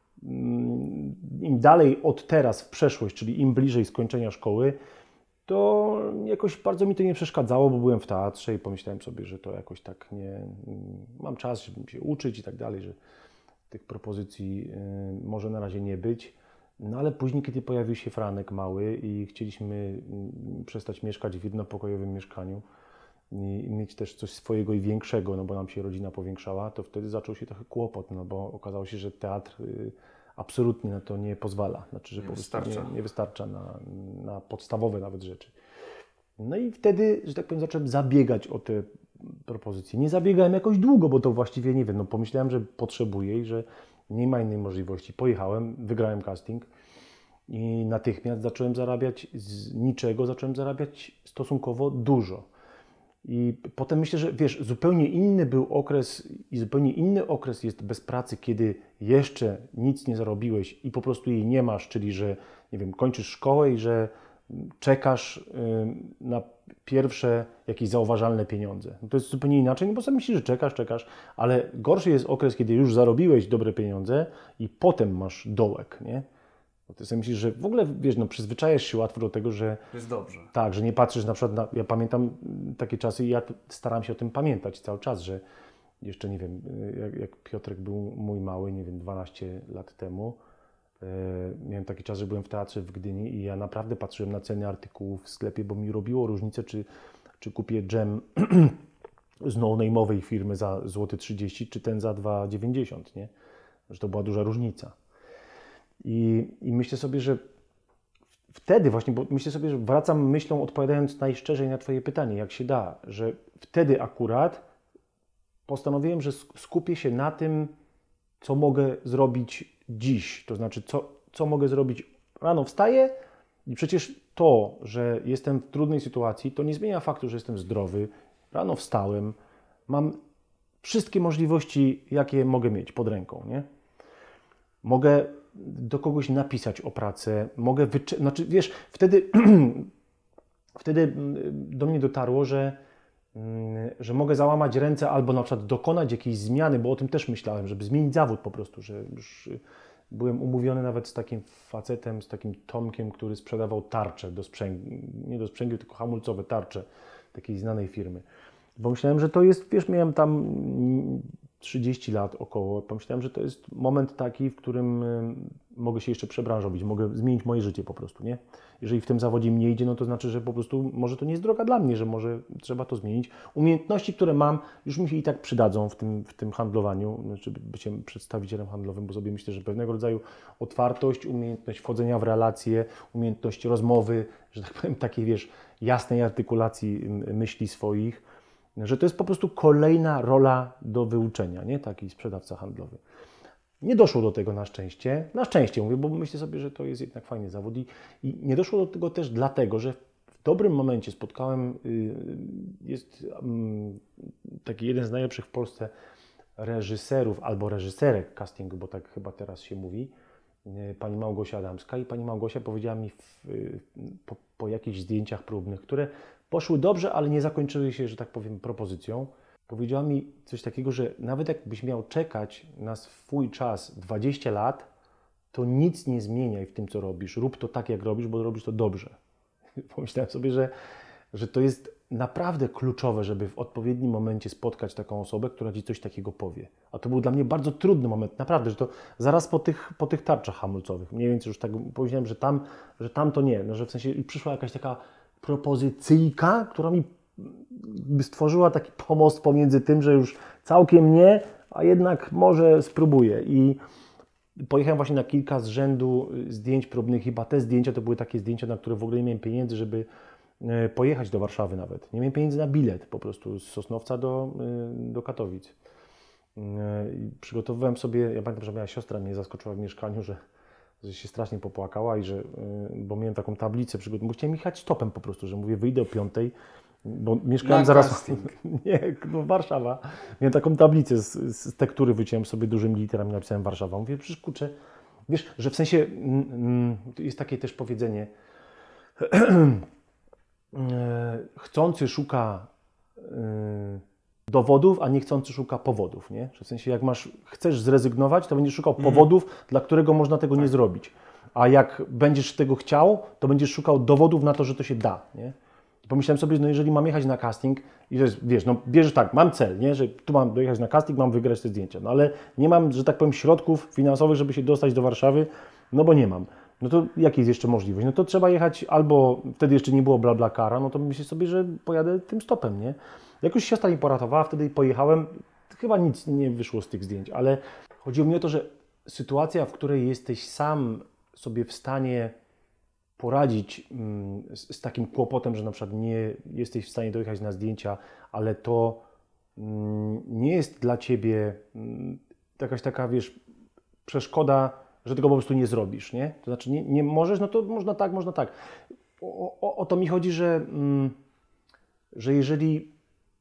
mm, im dalej od teraz w przeszłość, czyli im bliżej skończenia szkoły, to jakoś bardzo mi to nie przeszkadzało, bo byłem w teatrze i pomyślałem sobie, że to jakoś tak nie... Mam czas, żeby się uczyć i tak dalej, że tych propozycji y, może na razie nie być. No ale później, kiedy pojawił się Franek mały i chcieliśmy mm, przestać mieszkać w jednopokojowym mieszkaniu i mieć też coś swojego i większego, no bo nam się rodzina powiększała, to wtedy zaczął się trochę kłopot, no bo okazało się, że teatr y, absolutnie na to nie pozwala. Znaczy, że Nie po prostu wystarcza. nie, nie wystarcza na, na podstawowe nawet rzeczy. No i wtedy, że tak powiem, zacząłem zabiegać o te propozycje. Nie zabiegałem jakoś długo, bo to właściwie nie wiem. No pomyślałem, że potrzebuję i że nie ma innej możliwości. Pojechałem, wygrałem casting i natychmiast zacząłem zarabiać z niczego, zacząłem zarabiać stosunkowo dużo. I potem myślę, że wiesz, zupełnie inny był okres i zupełnie inny okres jest bez pracy, kiedy jeszcze nic nie zarobiłeś i po prostu jej nie masz, czyli że, nie wiem, kończysz szkołę i że czekasz y, na pierwsze jakieś zauważalne pieniądze. No to jest zupełnie inaczej, no bo sam myślisz, że czekasz, czekasz, ale gorszy jest okres, kiedy już zarobiłeś dobre pieniądze i potem masz dołek, nie? Bo ty sobie myślisz, że w ogóle, wiesz, no przyzwyczajasz się łatwo do tego, że Jest dobrze. tak, że nie patrzysz na przykład na... Ja pamiętam takie czasy i ja t- staram się o tym pamiętać cały czas, że jeszcze, nie wiem, jak, jak Piotrek był mój mały, nie wiem, dwanaście lat temu, e, miałem taki czas, że byłem w teatrze w Gdyni i ja naprawdę patrzyłem na ceny artykułów w sklepie, bo mi robiło różnicę, czy, czy kupię dżem z no-name'owej firmy za złoty trzydzieści, czy ten za dwa dziewięćdziesiąt, nie? Że to była duża różnica. I, I myślę sobie, że wtedy właśnie, bo myślę sobie, że wracam myślą, odpowiadając najszczerzej na Twoje pytanie, jak się da, że wtedy akurat postanowiłem, że skupię się na tym, co mogę zrobić dziś. To znaczy, co, co mogę zrobić. Rano wstaję i przecież to, że jestem w trudnej sytuacji, to nie zmienia faktu, że jestem zdrowy. Rano wstałem, mam wszystkie możliwości, jakie mogę mieć pod ręką, nie? Mogę do kogoś napisać o pracę, mogę wyczy... Znaczy, wiesz, wtedy, wtedy do mnie dotarło, że, że mogę załamać ręce albo na przykład dokonać jakiejś zmiany, bo o tym też myślałem, żeby zmienić zawód po prostu, że już byłem umówiony nawet z takim facetem, z takim Tomkiem, który sprzedawał tarcze do sprzęgu, nie do sprzęgu, tylko hamulcowe tarcze takiej znanej firmy. Bo myślałem, że to jest, wiesz, miałem tam trzydzieści lat około, pomyślałem, że to jest moment taki, w którym y, mogę się jeszcze przebranżowić, mogę zmienić moje życie po prostu, nie? Jeżeli w tym zawodzie mi nie idzie, no to znaczy, że po prostu może to nie jest droga dla mnie, że może trzeba to zmienić. Umiejętności, które mam, już mi się i tak przydadzą w tym, w tym handlowaniu, znaczy byciem przedstawicielem handlowym, bo sobie myślę, że pewnego rodzaju otwartość, umiejętność wchodzenia w relacje, umiejętność rozmowy, że tak powiem, takiej, wiesz, jasnej artykulacji myśli swoich, że to jest po prostu kolejna rola do wyuczenia, nie? Taki sprzedawca handlowy. Nie doszło do tego na szczęście, na szczęście mówię, bo myślę sobie, że to jest jednak fajny zawód i, i nie doszło do tego też dlatego, że w dobrym momencie spotkałem, y, jest y, taki jeden z najlepszych w Polsce reżyserów albo reżyserek castingu, bo tak chyba teraz się mówi, y, pani Małgosia Adamska i pani Małgosia powiedziała mi w, y, po, po jakichś zdjęciach próbnych, które poszły dobrze, ale nie zakończyły się, że tak powiem, propozycją. Powiedziała mi coś takiego, że nawet jakbyś miał czekać na swój czas dwadzieścia lat, to nic nie zmieniaj w tym, co robisz. Rób to tak, jak robisz, bo robisz to dobrze. Pomyślałem sobie, że, że to jest naprawdę kluczowe, żeby w odpowiednim momencie spotkać taką osobę, która Ci coś takiego powie. A to był dla mnie bardzo trudny moment, naprawdę, że to zaraz po tych, po tych tarczach hamulcowych. Mniej więcej już tak powiedziałem, że tam, że tam to nie, no, że w sensie przyszła jakaś taka propozycyjka, która mi by stworzyła taki pomost pomiędzy tym, że już całkiem nie, a jednak może spróbuję. I pojechałem właśnie na kilka z rzędu zdjęć próbnych. Chyba te zdjęcia to były takie zdjęcia, na które w ogóle nie miałem pieniędzy, żeby pojechać do Warszawy nawet. Nie miałem pieniędzy na bilet po prostu z Sosnowca do, do Katowic. Przygotowywałem sobie, ja pamiętam, że moja siostra mnie zaskoczyła w mieszkaniu, że że się strasznie popłakała i że, bo miałem taką tablicę przygotowaną, bo chciałem jechać stopem po prostu, że mówię, wyjdę o piątej, bo mieszkałem Na zaraz... casting. Nie, no Warszawa. Miałem taką tablicę z, z tektury, wyciąłem sobie dużymi literami, napisałem Warszawa. Mówię, przecież kurczę, wiesz, że w sensie, mm, jest takie też powiedzenie, chcący szuka yy, dowodów, a niechcący szuka powodów, nie? Że w sensie, jak masz, chcesz zrezygnować, to będziesz szukał Mhm. powodów, dla którego można tego nie zrobić. A jak będziesz tego chciał, to będziesz szukał dowodów na to, że to się da, nie? I pomyślałem sobie, no jeżeli mam jechać na casting i że jest, wiesz, no bierzesz tak, mam cel, nie? Że tu mam dojechać na casting, mam wygrać te zdjęcia, no ale nie mam, że tak powiem, środków finansowych, żeby się dostać do Warszawy, no bo nie mam. No to jaka jest jeszcze możliwość? No to trzeba jechać albo, wtedy jeszcze nie było BlaBlaCara, no to myślę sobie, że pojadę tym stopem, nie? Jakoś siostra mi poratowała, wtedy pojechałem, chyba nic nie wyszło z tych zdjęć, ale chodziło mi o to, że sytuacja, w której jesteś sam sobie w stanie poradzić mm, z, z takim kłopotem, że na przykład nie jesteś w stanie dojechać na zdjęcia, ale to mm, nie jest dla Ciebie mm, jakaś taka, wiesz, przeszkoda, że tego po prostu nie zrobisz, nie? To znaczy nie, nie możesz, no to można tak, można tak. O, o, o to mi chodzi, że, mm, że jeżeli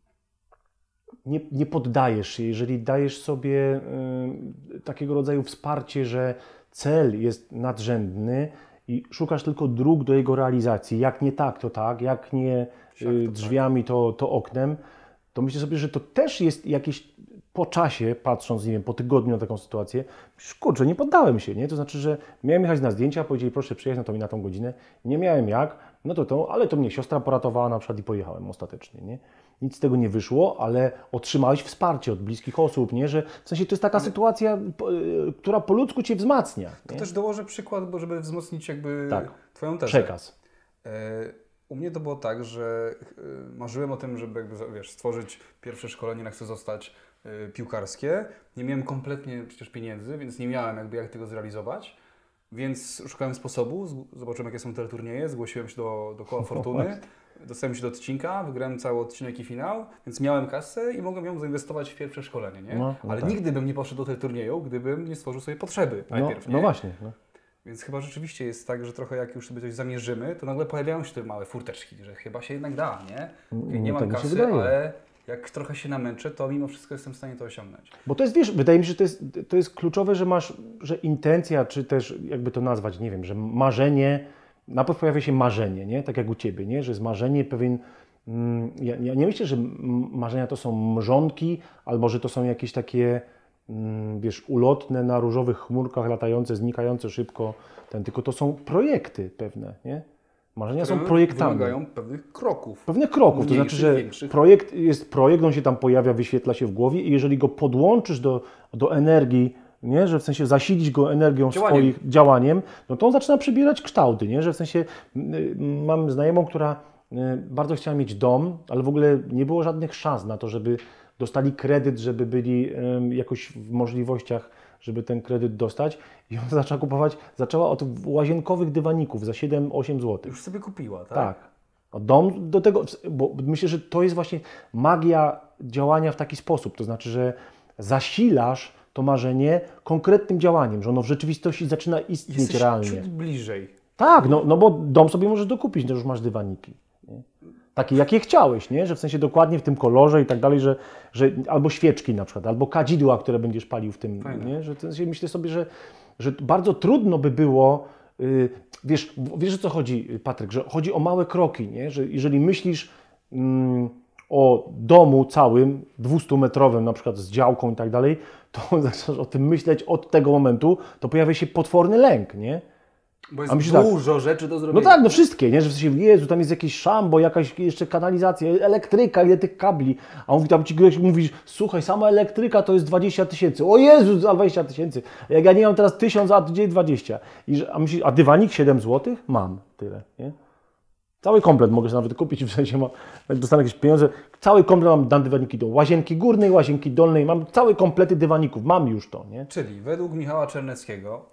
nie, nie poddajesz się, jeżeli dajesz sobie y, takiego rodzaju wsparcie, że cel jest nadrzędny i szukasz tylko dróg do jego realizacji, jak nie tak, to tak, jak nie y, drzwiami, to, to oknem, to myślę sobie, że to też jest jakieś po czasie, patrząc, nie wiem, po tygodniu na taką sytuację, kurczę, nie poddałem się, nie? To znaczy, że miałem jechać na zdjęcia, powiedzieli, proszę przyjechać na tą i na tą godzinę, nie miałem jak, no to to, ale to mnie siostra poratowała na przykład i pojechałem ostatecznie, nie? Nic z tego nie wyszło, ale otrzymałeś wsparcie od bliskich osób, nie? Że w sensie to jest taka Ale... sytuacja, y, która po ludzku Cię wzmacnia. To nie? też dołożę przykład, bo żeby wzmocnić jakby Tak. Twoją tezę. Przekaz. E, U mnie to było tak, że e, marzyłem o tym, żeby jakby, wiesz, stworzyć pierwsze szkolenie, na chcę zostać e, piłkarskie. Nie miałem kompletnie przecież pieniędzy, więc nie miałem jakby jak tego zrealizować. Więc szukałem sposobu, z- zobaczyłem jakie są teleturnieje, zgłosiłem się do, do Koła Fortuny, dostałem się do odcinka, wygrałem cały odcinek i finał, więc miałem kasę i mogłem ją zainwestować w pierwsze szkolenie, nie? No, no Ale tak. nigdy bym nie poszedł do teleturnieju, gdybym nie stworzył sobie potrzeby No, najpierw, nie? no właśnie. No. Więc chyba rzeczywiście jest tak, że trochę jak już sobie coś zamierzymy, to nagle pojawiają się te małe furteczki, że chyba się jednak da, nie? Okej, nie No, mam tak mi się kasy, wydaje. ale jak trochę się namęczę, to mimo wszystko jestem w stanie to osiągnąć. Bo to jest, wiesz, wydaje mi się, że to jest, to jest kluczowe, że masz, że intencja, czy też jakby to nazwać, nie wiem, że marzenie, najpierw pojawia się marzenie, nie? Tak jak u Ciebie, nie? Że jest marzenie pewien, mm, ja, ja nie myślę, że m- marzenia to są mrzonki, albo że to są jakieś takie, mm, wiesz, ulotne na różowych chmurkach, latające, znikające szybko, ten, tylko to są projekty pewne, nie? Marzenia są które projektami. wymagają pewnych kroków. Pewnych kroków, to Mniejszych, znaczy, że większych. projekt jest projekt, on się tam pojawia, wyświetla się w głowie i jeżeli go podłączysz do, do energii, nie, że w sensie zasilić go energią Działaniem. swoich działaniem, no to on zaczyna przybierać kształty, nie, że w sensie y, mam znajomą, która y, bardzo chciała mieć dom, ale w ogóle nie było żadnych szans na to, żeby dostali kredyt, żeby byli y, jakoś w możliwościach, żeby ten kredyt dostać i ona zaczęła kupować, zaczęła od łazienkowych dywaników za siedem osiem złotych. Już sobie kupiła, tak? Tak. A dom do tego, bo myślę, że to jest właśnie magia działania w taki sposób, to znaczy, że zasilasz to marzenie konkretnym działaniem, że ono w rzeczywistości zaczyna istnieć Jesteś realnie. ciut bliżej. Tak, no, no bo dom sobie możesz dokupić, no już masz dywaniki. Nie? Takie, jakie chciałeś, nie? Że w sensie dokładnie w tym kolorze i tak dalej, że, że albo świeczki na przykład, albo kadzidła, które będziesz palił w tym, Fajne. nie? Że w sensie myślę sobie, że, że bardzo trudno by było, yy, wiesz, wiesz o co chodzi, Patryk, że chodzi o małe kroki, nie? Że jeżeli myślisz mm, o domu całym, dwustumetrowym na przykład z działką i tak dalej, to zaczynasz o tym myśleć od tego momentu, to pojawia się potworny lęk, nie? Bo A jest myślisz tak, dużo rzeczy do No zrobienia. tak, no wszystkie, nie? Że w sensie, Jezu, tam jest jakieś szambo, jakaś jeszcze kanalizacja, elektryka, ile tych kabli. A on mówi, tam ci ktoś mówi, słuchaj, sama elektryka to jest dwadzieścia tysięcy. O Jezu, za dwadzieścia tysięcy. Jak ja nie mam teraz tysiąc, a gdzie dwadzieścia? I że, a, myślisz, a dywanik siedem złotych? Mam tyle, nie? Cały komplet mogę sobie nawet kupić, w sensie mam, jak dostanę jakieś pieniądze, cały komplet mam, dam dywaniki do łazienki górnej, łazienki dolnej, mam całe komplety dywaników, mam już to, nie? Czyli według Michała Czerneckiego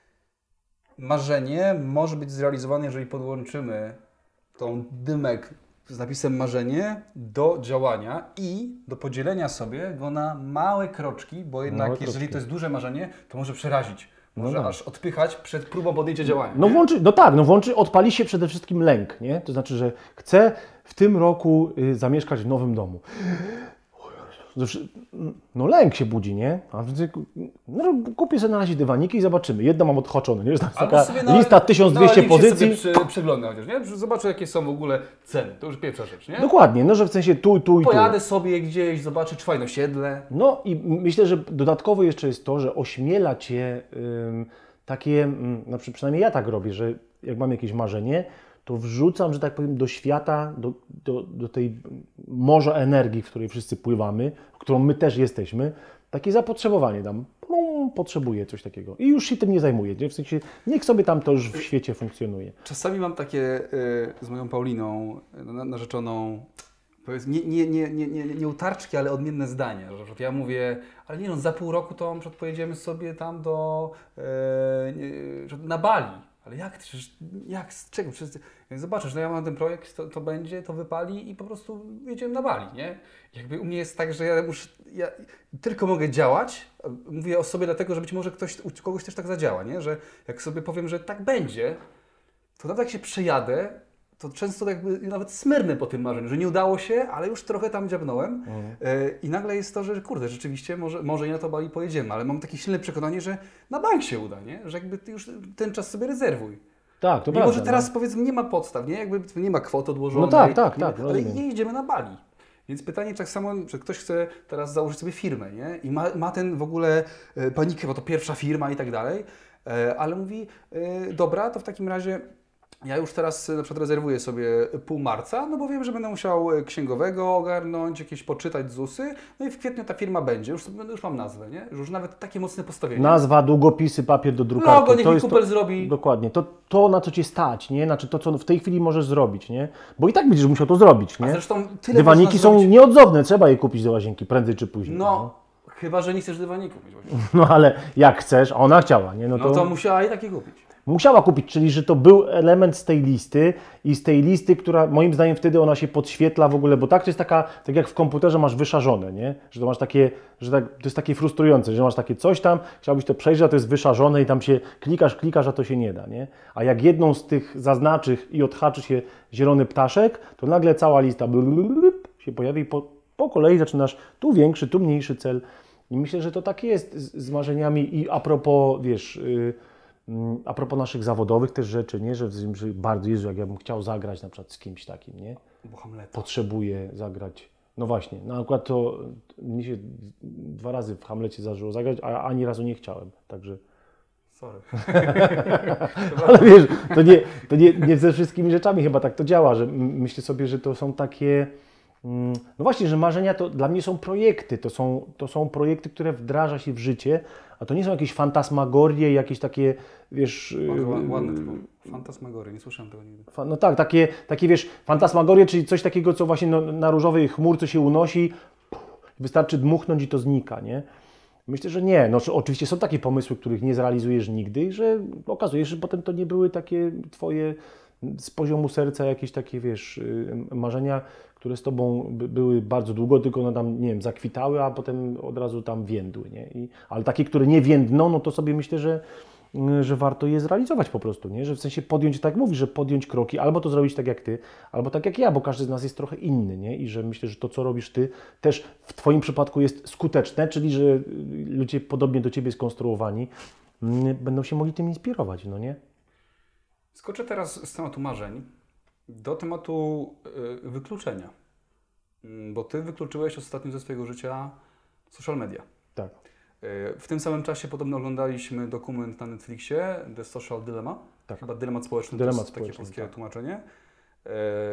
marzenie może być zrealizowane, jeżeli podłączymy tą dymek z napisem marzenie do działania i do podzielenia sobie go na małe kroczki, bo jednak Małe jeżeli kroczki. to jest duże marzenie, to może przerazić. Może No tak. aż odpychać przed próbą podjęcia działania. No nie? włączy, no tak, no włączy, odpali się przede wszystkim lęk, nie? To znaczy, że chcę w tym roku y, zamieszkać w nowym domu. Zawsze, no lęk się budzi, nie? A więc, no, kupię sobie na razie dywaniki i zobaczymy. Jedno mam odhaczone, nie? Że tam jest Albo taka sobie na- lista tysiąc dwieście na Elixie pozycji. sobie przy, przeglądam chociaż, nie? Zobaczę, jakie są w ogóle ceny. To już pierwsza rzecz, nie? Dokładnie, no że w sensie tu, tu i tu. Pojadę sobie gdzieś, zobaczę, czy fajne osiedle. No i myślę, że dodatkowo jeszcze jest to, że ośmiela Cię ym, takie, ym, na przykład przynajmniej ja tak robię, że jak mam jakieś marzenie, to wrzucam, że tak powiem, do świata, do, do, do tej morza energii, w której wszyscy pływamy, w którą my też jesteśmy, takie zapotrzebowanie dam. No, potrzebuję coś takiego. I już się tym nie zajmuję. Nie? W sensie, niech sobie tam to już w świecie funkcjonuje. Czasami mam takie y, z moją Pauliną, y, na- narzeczoną, powiedz, nie, nie, nie, nie, nie, nie utarczki, ale odmienne zdania. Że na przykład ja mówię, ale nie no, za pół roku to na przykład pojedziemy sobie tam do, y, nie, że na Bali. Ale jak? Przecież, jak? Z czego? Przecież, jak zobaczysz, no ja mam ten projekt, to, to będzie, to wypali i po prostu jedziemy na Bali, nie? Jakby u mnie jest tak, że ja muszę, ja tylko mogę działać, mówię o sobie dlatego, że być może ktoś, u kogoś też tak zadziała, nie? Że jak sobie powiem, że tak będzie, to nawet jak się przejadę, to często jakby nawet smyrnę po tym marzeniu, że nie udało się, ale już trochę tam dziabnąłem Mhm. e, i nagle jest to, że kurde, rzeczywiście może, może i na to Bali pojedziemy, ale mam takie silne przekonanie, że na bank się uda, nie? Że jakby ty już ten czas sobie rezerwuj. Tak, to Mimo, prawda. że teraz no. powiedzmy nie ma podstaw, nie? Jakby nie ma kwot odłożonej. No tak, tak, nie, tak, Ale rozumiem. nie jedziemy na Bali. Więc pytanie tak samo, że ktoś chce teraz założyć sobie firmę, nie? I ma, ma ten w ogóle e, panikę, bo to pierwsza firma i tak dalej, e, ale mówi, e, dobra, to w takim razie ja już teraz na przykład rezerwuję sobie pół marca, no bo wiem, że będę musiał księgowego ogarnąć, jakieś poczytać ZUSy, no i w kwietniu ta firma będzie, już, już mam nazwę, nie? Już nawet takie mocne postawienie. Nazwa, długopisy, papier do drukarki. Logo, niech to mi jest kupel to, zrobi. Dokładnie. To, to, na co Cię stać, nie? Znaczy to, co w tej chwili możesz zrobić, nie? Bo i tak będziesz musiał to zrobić, A nie? zresztą tyle Dywaniki można są zrobić. nieodzowne, trzeba je kupić do łazienki, prędzej czy później. No, chyba że nie chcesz dywaniku mieć właśnie. No ale jak chcesz, a ona chciała, nie? No No to, to musiała i takie kupić. musiała kupić, czyli że to był element z tej listy i z tej listy, która moim zdaniem wtedy ona się podświetla w ogóle, bo tak to jest taka, tak jak w komputerze masz wyszarzone, nie? Że to masz takie, że tak, to jest takie frustrujące, że masz takie coś tam, chciałbyś to przejrzeć, a to jest wyszarzone i tam się klikasz, klikasz, a to się nie da, nie? A jak jedną z tych zaznaczysz i odhaczy się zielony ptaszek, to nagle cała lista blub się pojawi i po, po kolei zaczynasz tu większy, tu mniejszy cel. I myślę, że to tak jest z, z marzeniami i a propos, wiesz, yy, a propos naszych zawodowych też rzeczy, nie? Że, że bardzo, Jezu, jak ja bym chciał zagrać na przykład z kimś takim, nie? Bo Hamleta. Potrzebuję zagrać. No właśnie, na przykład to mi się dwa razy w Hamlecie zdarzyło zagrać, a ani razu nie chciałem, także Sorry. Ale wiesz, to, nie, to nie, nie ze wszystkimi rzeczami chyba tak to działa, że m- myślę sobie, że to są takie, mm, no właśnie, że marzenia to dla mnie są projekty, to są, to są projekty, które wdraża się w życie, a to nie są jakieś fantasmagorie, jakieś takie, wiesz... Bardzo yy, ła- ładne typu. Fantasmagorie, nie słyszałem tego nigdy. Fa- No tak, takie, takie wiesz, fantasmagorie, czyli coś takiego, co właśnie no, na różowej chmurce się unosi, wystarczy dmuchnąć i to znika, nie? Myślę, że nie. No, czy- oczywiście są takie pomysły, których nie zrealizujesz nigdy i że okazuje się, że potem to nie były takie twoje z poziomu serca jakieś takie, wiesz, y, marzenia, które z tobą by, były bardzo długo, tylko one tam, nie wiem, zakwitały, a potem od razu tam więdły, nie? I, ale takie, które nie więdną, no to sobie myślę, że że warto je zrealizować po prostu, nie? Że w sensie podjąć, tak mówisz, że podjąć kroki, albo to zrobić tak jak ty, albo tak jak ja, bo każdy z nas jest trochę inny, nie? I że myślę, że to, co robisz ty, też w twoim przypadku jest skuteczne, czyli że ludzie podobnie do ciebie skonstruowani mm, będą się mogli tym inspirować, no nie? Skoczę teraz z tematu marzeń do tematu y, wykluczenia. Mm, Bo ty wykluczyłeś ostatnio ze swojego życia social media. Tak. Y, W tym samym czasie podobno oglądaliśmy dokument na Netflixie The Social Dilemma. Tak. Chyba dylemat społeczny, Dylemat to jest takie społeczny, polskie tak. tłumaczenie. Y,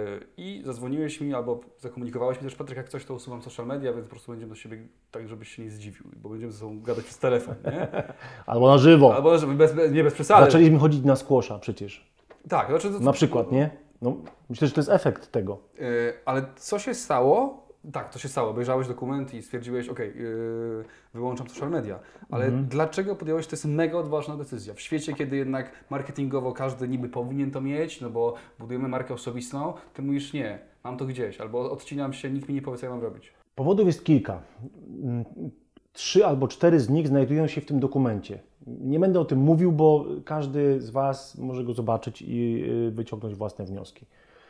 I zadzwoniłeś mi albo zakomunikowałeś mi też, Patryk, jak coś, to usuwam social media, więc po prostu będziemy do siebie tak, żebyś się nie zdziwił, bo będziemy ze sobą gadać przez telefon, nie? Albo na żywo. Albo żeby bez, bez, nie bez przesady. Zaczęliśmy chodzić na squasha przecież. Tak, znaczy to, Na przykład, nie? No, myślę, że to jest efekt tego. Yy, ale co się stało? Tak, to się stało. Obejrzałeś dokument i stwierdziłeś, ok, yy, wyłączam social media. Ale Mhm. dlaczego podjąłeś? To jest mega odważna decyzja. W świecie, kiedy jednak marketingowo każdy niby powinien to mieć, no bo budujemy markę osobistą, ty mówisz nie, mam to gdzieś, albo odcinam się, nikt mi nie powie, co ja mam robić. Powodów jest kilka. Mm, Trzy albo cztery z nich znajdują się w tym dokumencie. Nie będę o tym mówił, bo każdy z Was może go zobaczyć i y, wyciągnąć własne wnioski.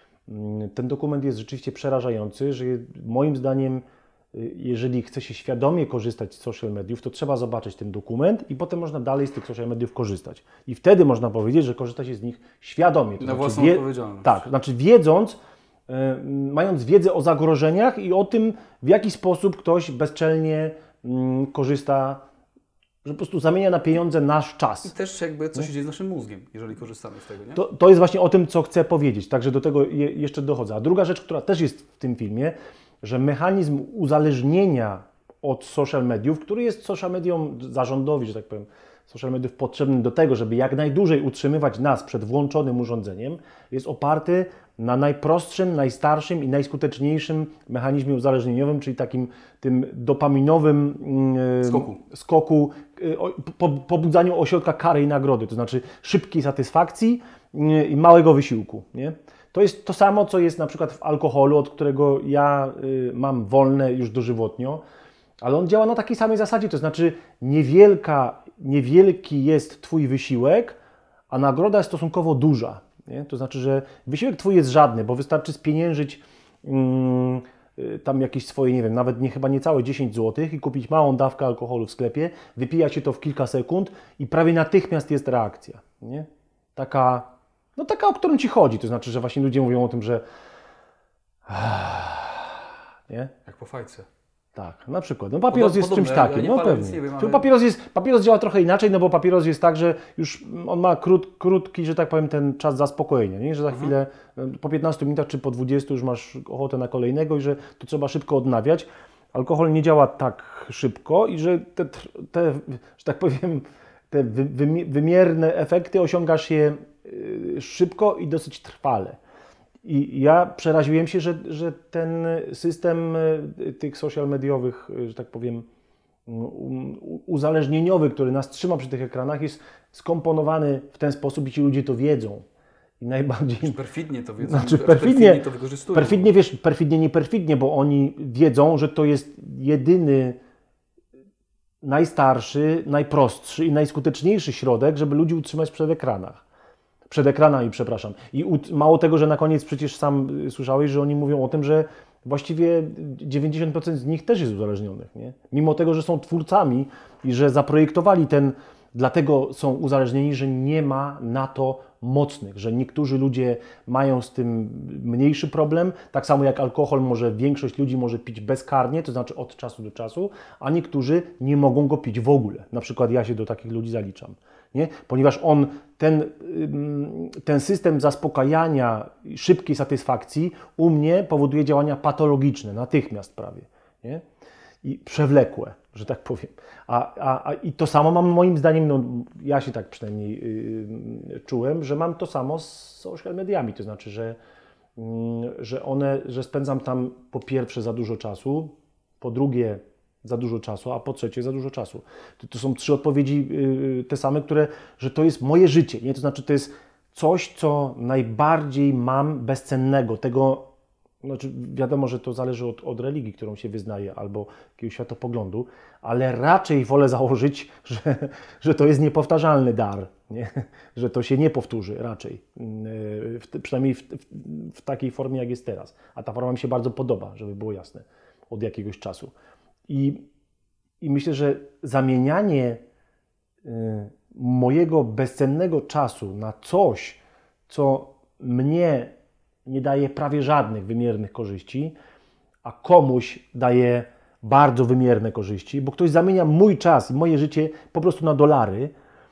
Mm, Ten dokument jest rzeczywiście przerażający, że moim zdaniem, y, jeżeli chce się świadomie korzystać z social mediów, to trzeba zobaczyć ten dokument i potem można dalej z tych social mediów korzystać. I wtedy można powiedzieć, że korzysta się z nich świadomie. To Na znaczy własną wie- odpowiedzialność. Tak, znaczy wiedząc, y, mając wiedzę o zagrożeniach i o tym, w jaki sposób ktoś bezczelnie mm, korzysta, że po prostu zamienia na pieniądze nasz I czas. też jakby co się dzieje z naszym mózgiem, jeżeli korzystamy z tego, nie? To, to jest właśnie o tym, co chcę powiedzieć, także do tego je, jeszcze dochodzę. A druga rzecz, która też jest w tym filmie, że mechanizm uzależnienia od social mediów, który jest social mediom zarządowi, że tak powiem, social mediów potrzebnym do tego, żeby jak najdłużej utrzymywać nas przed włączonym urządzeniem, jest oparty na najprostszym, najstarszym i najskuteczniejszym mechanizmie uzależnieniowym, czyli takim tym dopaminowym mm, Skoku. skoku y, o- po, pobudzaniu ośrodka kary i nagrody, to znaczy szybkiej satysfakcji y, i małego wysiłku. Nie? To jest to samo, co jest na przykład w alkoholu, od którego ja y, mam wolne już dożywotnio, ale on działa na takiej samej zasadzie, to znaczy niewielka, niewielki jest Twój wysiłek, a nagroda jest stosunkowo duża. Nie? To znaczy, że wysiłek Twój jest żadny, bo wystarczy spieniężyć mm, y, tam jakieś swoje, nie wiem, nawet nie, chyba niecałe dziesięć złotych i kupić małą dawkę alkoholu w sklepie, wypija się to w kilka sekund i prawie natychmiast jest reakcja. Nie? Taka, no taka, o którą Ci chodzi. To znaczy, że właśnie ludzie mówią o tym, że nie? Jak po fajce. Tak, na przykład. No papieros Podob- jest czymś podobne, ja takim, nie no palę, pewnie. więc nie wiem, Tu ale- papieros, jest, papieros działa trochę inaczej, no bo papieros jest tak, że już on ma krót, krótki, że tak powiem, ten czas zaspokojenia, nie? Że za chwilę, po piętnastu minutach czy po dwudziestu już masz ochotę na kolejnego i że to trzeba szybko odnawiać. Alkohol nie działa tak szybko i że te, tr- te że tak powiem, te wy- wymi- wymierne efekty osiągasz je y, szybko i dosyć trwale. I ja przeraziłem się, że, że ten system y, tych social mediowych, y, że tak powiem, u- u- uzależnieniowy, który nas trzyma przy tych ekranach, jest skomponowany w ten sposób i ci ludzie to wiedzą. I najbardziej... Perfidnie to wiedzą, Znaczy że perfidnie, to wykorzystują. perfidnie, wiesz, perfidnie, nie perfidnie, bo oni wiedzą, że to jest jedyny, najstarszy, najprostszy i najskuteczniejszy środek, żeby ludzi utrzymać przed ekranach. Przed ekranami, przepraszam. I ut- mało tego, że na koniec przecież sam y, słyszałeś, że oni mówią o tym, że właściwie dziewięćdziesiąt procent z nich też jest uzależnionych, nie? Mimo tego, że są twórcami i że zaprojektowali ten, dlatego są uzależnieni, że nie ma na to mocnych, że niektórzy ludzie mają z tym mniejszy problem, tak samo jak alkohol może większość ludzi może pić bezkarnie, to znaczy od czasu do czasu, a niektórzy nie mogą go pić w ogóle. Na przykład ja się do takich ludzi zaliczam. nie? Ponieważ on, ten, ym, ten system zaspokajania szybkiej satysfakcji u mnie powoduje działania patologiczne, natychmiast prawie, nie? I przewlekłe, że tak powiem. A, a, a, I to samo mam moim zdaniem, no, ja się tak przynajmniej yy, czułem, że mam to samo z social mediami, to znaczy, że, yy, że one, że spędzam tam po pierwsze za dużo czasu, po drugie za dużo czasu, a po trzecie za dużo czasu. To, to są trzy odpowiedzi yy, te same, które, że to jest moje życie, nie? To znaczy to jest coś, co najbardziej mam bezcennego, tego. Znaczy, wiadomo, że to zależy od, od religii, którą się wyznaje, albo jakiegoś światopoglądu, ale raczej wolę założyć, że, że to jest niepowtarzalny dar, nie? Że to się nie powtórzy raczej, w, przynajmniej w, w, w takiej formie, jak jest teraz. A ta forma mi się bardzo podoba, żeby było jasne, od jakiegoś czasu. I, i myślę, że zamienianie y, mojego bezcennego czasu na coś, co mnie nie daje prawie żadnych wymiernych korzyści, a komuś daje bardzo wymierne korzyści, bo ktoś zamienia mój czas i moje życie po prostu na dolary,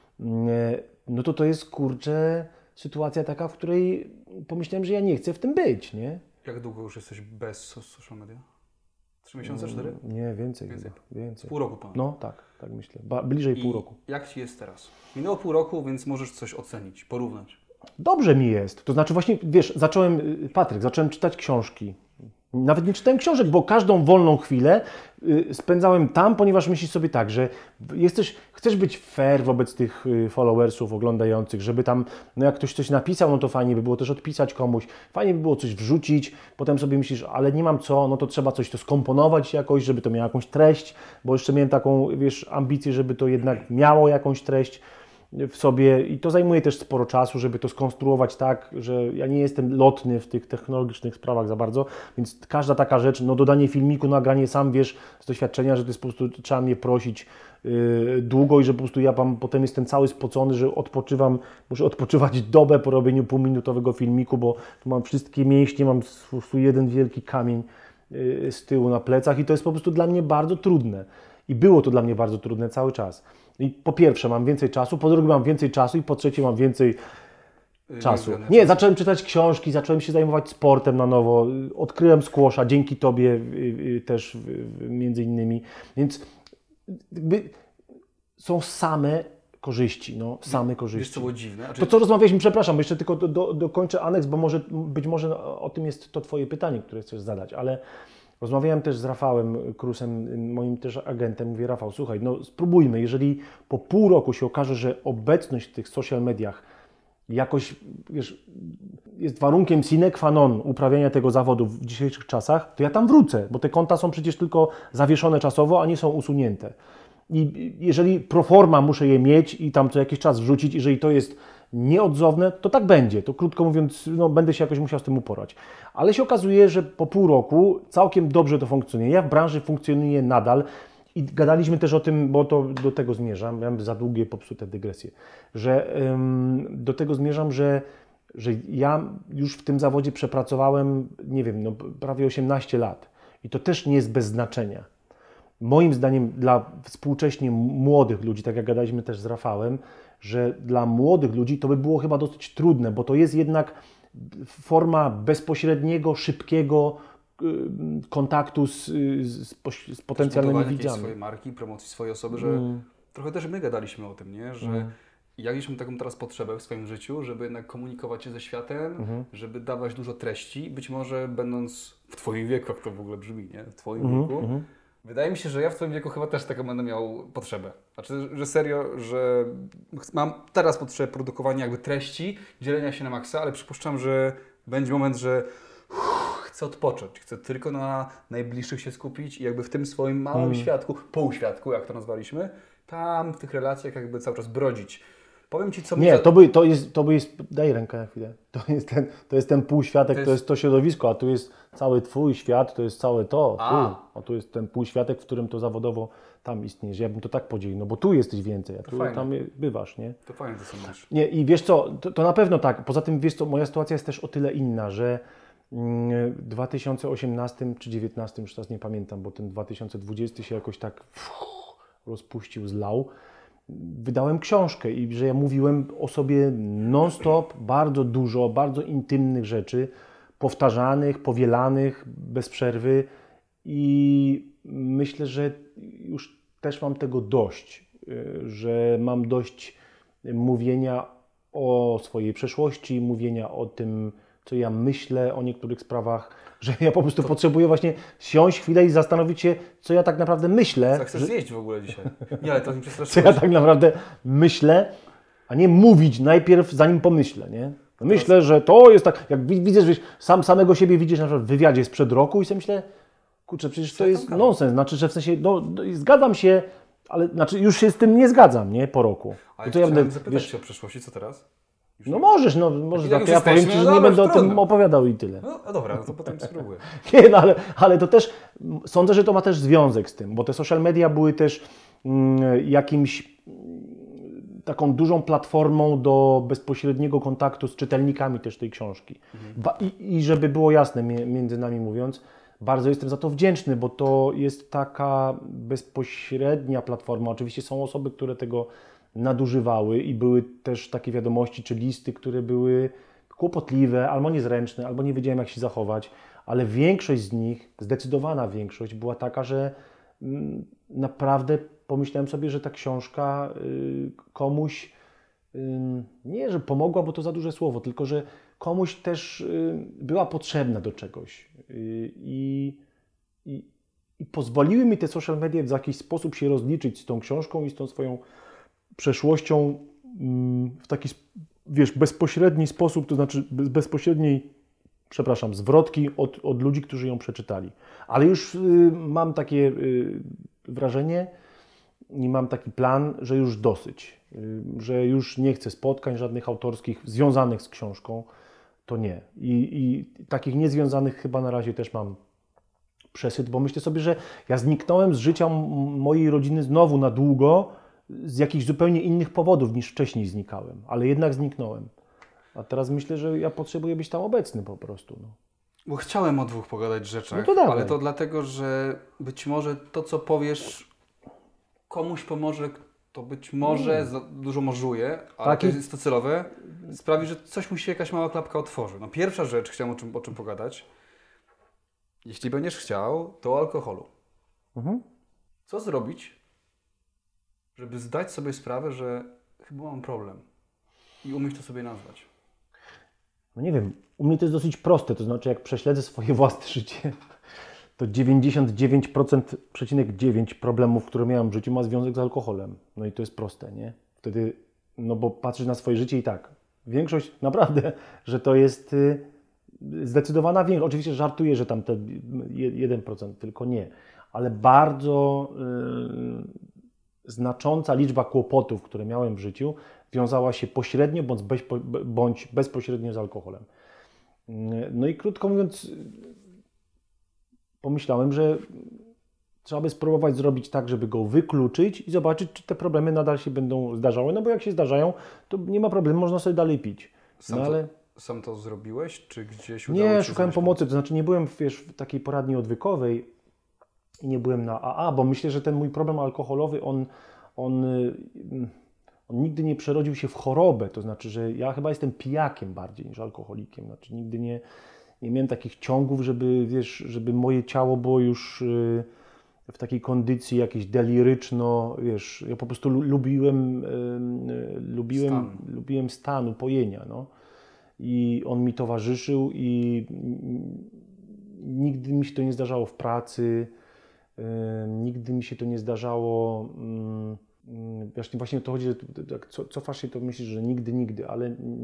no to to jest, kurczę, sytuacja taka, w której pomyślałem, że ja nie chcę w tym być, nie? Jak długo już jesteś bez social media? Trzy miesiące, cztery? Nie, więcej. Więcej. Chyba, więcej. Pół roku pan. No tak, tak myślę. Ba, bliżej I pół roku. jak Ci jest teraz? Minęło pół roku, więc możesz coś ocenić, porównać. Dobrze mi jest. To znaczy właśnie, wiesz, zacząłem, Patryk, zacząłem czytać książki. Nawet nie czytałem książek, bo każdą wolną chwilę y, spędzałem tam, ponieważ myślisz sobie tak, że jesteś, chcesz być fair wobec tych y, followersów oglądających, żeby tam, no jak ktoś coś napisał, no to fajnie by było też odpisać komuś, fajnie by było coś wrzucić, potem sobie myślisz, ale nie mam co, no to trzeba coś to skomponować jakoś, żeby to miało jakąś treść, bo jeszcze miałem taką, wiesz, ambicję, żeby to jednak miało jakąś treść w sobie i to zajmuje też sporo czasu, żeby to skonstruować tak, że ja nie jestem lotny w tych technologicznych sprawach za bardzo, więc każda taka rzecz, no dodanie filmiku, nagranie, sam wiesz z doświadczenia, że to jest po prostu, trzeba mnie prosić yy, długo i że po prostu ja tam, potem jestem cały spocony, że odpoczywam, muszę odpoczywać dobę po robieniu półminutowego filmiku, bo tu mam wszystkie mięśnie, mam swój, swój jeden wielki kamień yy, z tyłu na plecach i to jest po prostu dla mnie bardzo trudne i było to dla mnie bardzo trudne cały czas. I po pierwsze mam więcej czasu, po drugie mam więcej czasu i po trzecie mam więcej czasu. Nie, zacząłem czytać książki, zacząłem się zajmować sportem na nowo, odkryłem squasha dzięki Tobie też między innymi, więc jakby są same korzyści, no, same korzyści. Wiesz, co było dziwne? Znaczy... To co rozmawialiśmy, przepraszam, jeszcze tylko do, do, dokończę aneks, bo może, być może o tym jest to Twoje pytanie, które chcesz zadać, ale rozmawiałem też z Rafałem Krusem, moim też agentem. Mówię, Rafał, słuchaj, no spróbujmy, jeżeli po pół roku się okaże, że obecność w tych social mediach jakoś, wiesz, jest warunkiem sine qua non uprawiania tego zawodu w dzisiejszych czasach, to ja tam wrócę, bo te konta są przecież tylko zawieszone czasowo, a nie są usunięte. I jeżeli pro forma muszę je mieć i tam co jakiś czas wrzucić, jeżeli to jest nieodzowne, to tak będzie. To krótko mówiąc, no, będę się jakoś musiał z tym uporać. Ale się okazuje, że po pół roku całkiem dobrze to funkcjonuje. Ja w branży funkcjonuję nadal i gadaliśmy też o tym, bo to do tego zmierzam, miałem za długie popsute dygresje, że ym, do tego zmierzam, że, że ja już w tym zawodzie przepracowałem, nie wiem, no, prawie osiemnaście lat i to też nie jest bez znaczenia. Moim zdaniem dla współcześnie młodych ludzi, tak jak gadaliśmy też z Rafałem, że dla młodych ludzi to by było chyba dosyć trudne, bo to jest jednak forma bezpośredniego, szybkiego kontaktu z, z, z potencjalnymi widzami. Swojej marki, promocji swojej osoby, że mm. trochę też my gadaliśmy o tym, nie? Że mm. ja gdzieś mam taką teraz potrzebę w swoim życiu, żeby jednak komunikować się ze światem, mm. żeby dawać dużo treści, być może będąc w Twoim wieku, jak to w ogóle brzmi, nie? W Twoim mm. wieku. Mm. Wydaje mi się, że ja w Twoim wieku chyba też taką będę miał potrzebę. Znaczy, że serio, że mam teraz potrzebę produkowania jakby treści, dzielenia się na maksa, ale przypuszczam, że będzie moment, że uff, chcę odpocząć, chcę tylko na najbliższych się skupić i jakby w tym swoim małym hmm. świadku, półświadku, jak to nazwaliśmy, tam w tych relacjach jakby cały czas brodzić. Powiem Ci, co Nie, za... to by, to jest, to by jest, daj rękę na chwilę, to jest ten, to jest ten półświatek, to jest... to jest to środowisko, a tu jest cały Twój świat, to jest całe to, a. tu, a tu jest ten półświatek, w którym to zawodowo tam istniejesz. Ja bym to tak podzielił, no bo tu jesteś więcej, a tu fajne. Tam bywasz, nie? To fajnie to są masz. Nie, i wiesz co, to, to na pewno tak, poza tym wiesz co, moja sytuacja jest też o tyle inna, że w dwa tysiące osiemnastym czy dziewiętnastym, już teraz nie pamiętam, bo ten dwa tysiące dwudziesty się jakoś tak uff, rozpuścił, zlał. wydałem książkę i że ja mówiłem o sobie non-stop, bardzo dużo, bardzo intymnych rzeczy, powtarzanych, powielanych bez przerwy i myślę, że już też mam tego dość, że mam dość mówienia o swojej przeszłości, mówienia o tym, co ja myślę o niektórych sprawach, że ja po prostu to... potrzebuję właśnie siąść chwilę i zastanowić się, co ja tak naprawdę myślę. Co chcesz że... zjeść w ogóle dzisiaj? Nie, ale to mi Co ja tak naprawdę myślę, a nie mówić najpierw, zanim pomyślę, nie? Myślę, to... że to jest tak, jak widzisz, wiesz, sam samego siebie widzisz na przykład w wywiadzie sprzed roku i sobie myślę, kurczę, przecież to jest nonsens, znaczy, że w sensie, no, zgadzam się, ale znaczy już się z tym nie zgadzam, nie, po roku. A ja to ja będę zapytać wiesz, Cię o przeszłości, co teraz? Już no nie... możesz, no możesz, Jak tak, ja powiem Ci, że no nie dobra, będę o tym trudno. opowiadał i tyle. No, no dobra, no to potem spróbuję. Nie, no ale, ale to też, sądzę, że to ma też związek z tym, bo te social media były też mm, jakimś mm, taką dużą platformą do bezpośredniego kontaktu z czytelnikami też tej książki. Mhm. Ba, i, I żeby było jasne mi, między nami mówiąc, bardzo jestem za to wdzięczny, bo to jest taka bezpośrednia platforma. Oczywiście są osoby, które tego nadużywały i były też takie wiadomości czy listy, które były kłopotliwe, albo niezręczne, albo nie wiedziałem, jak się zachować, ale większość z nich, zdecydowana większość była taka, że mm, naprawdę pomyślałem sobie, że ta książka y, komuś y, nie, że pomogła, bo to za duże słowo, tylko że komuś też y, była potrzebna do czegoś y, i, i, i pozwoliły mi te social media w jakiś sposób się rozliczyć z tą książką i z tą swoją przeszłością w taki, wiesz, bezpośredni sposób, to znaczy bez bezpośredniej, przepraszam, zwrotki od, od ludzi, którzy ją przeczytali. Ale już y, mam takie y, wrażenie i mam taki plan, że już dosyć, y, że już nie chcę spotkań żadnych autorskich związanych z książką, to nie. I, i takich niezwiązanych chyba na razie też mam przesyt, bo myślę sobie, że ja zniknąłem z życia mojej rodziny znowu na długo, z jakichś zupełnie innych powodów niż wcześniej znikałem, ale jednak zniknąłem. A teraz myślę, że ja potrzebuję być tam obecny po prostu. No. Bo chciałem o dwóch pogadać rzeczach, no to dawaj. ale to dlatego, że być może to, co powiesz, komuś pomoże, to być może mm. za dużo możuje, ale Taki... to jest to celowe, sprawi, że coś mu się jakaś mała klapka otworzy. No pierwsza rzecz, chciałem o czym, o czym pogadać. Jeśli będziesz chciał, to o alkoholu. Mhm. Co zrobić, żeby zdać sobie sprawę, że chyba mam problem i umieć to sobie nazwać? No nie wiem, u mnie to jest dosyć proste, to znaczy jak prześledzę swoje własne życie, to dziewięćdziesiąt dziewięć przecinek dziewięć procent problemów, które miałem w życiu, ma związek z alkoholem. No i to jest proste, nie? Wtedy, no bo patrzysz na swoje życie i tak, większość, naprawdę, że to jest y, zdecydowana większość. Oczywiście żartuję, że tam te jeden procent, tylko nie. Ale bardzo y, znacząca liczba kłopotów, które miałem w życiu, wiązała się pośrednio bądź, bez, bądź bezpośrednio z alkoholem. No i krótko mówiąc, pomyślałem, że trzeba by spróbować zrobić tak, żeby go wykluczyć i zobaczyć, czy te problemy nadal się będą zdarzały. No bo jak się zdarzają, to nie ma problemu, można sobie dalej pić. Sam, no, ale... to, sam to zrobiłeś, czy gdzieś udało Nie, się szukałem pomocy, to znaczy nie byłem wiesz, w takiej poradni odwykowej i nie byłem na A A, bo myślę, że ten mój problem alkoholowy, on, on, on nigdy nie przerodził się w chorobę, to znaczy, że ja chyba jestem pijakiem bardziej niż alkoholikiem, znaczy nigdy nie, nie miałem takich ciągów, żeby, wiesz, żeby moje ciało było już w takiej kondycji jakiejś deliryczno, wiesz, ja po prostu lubiłem, lubiłem, Stan. lubiłem stan upojenia, no. I on mi towarzyszył i nigdy mi się to nie zdarzało w pracy, yy, nigdy mi się to nie zdarzało, yy, właśnie, właśnie o to chodzi, że jak co, cofasz się, to myślisz, że nigdy, nigdy, ale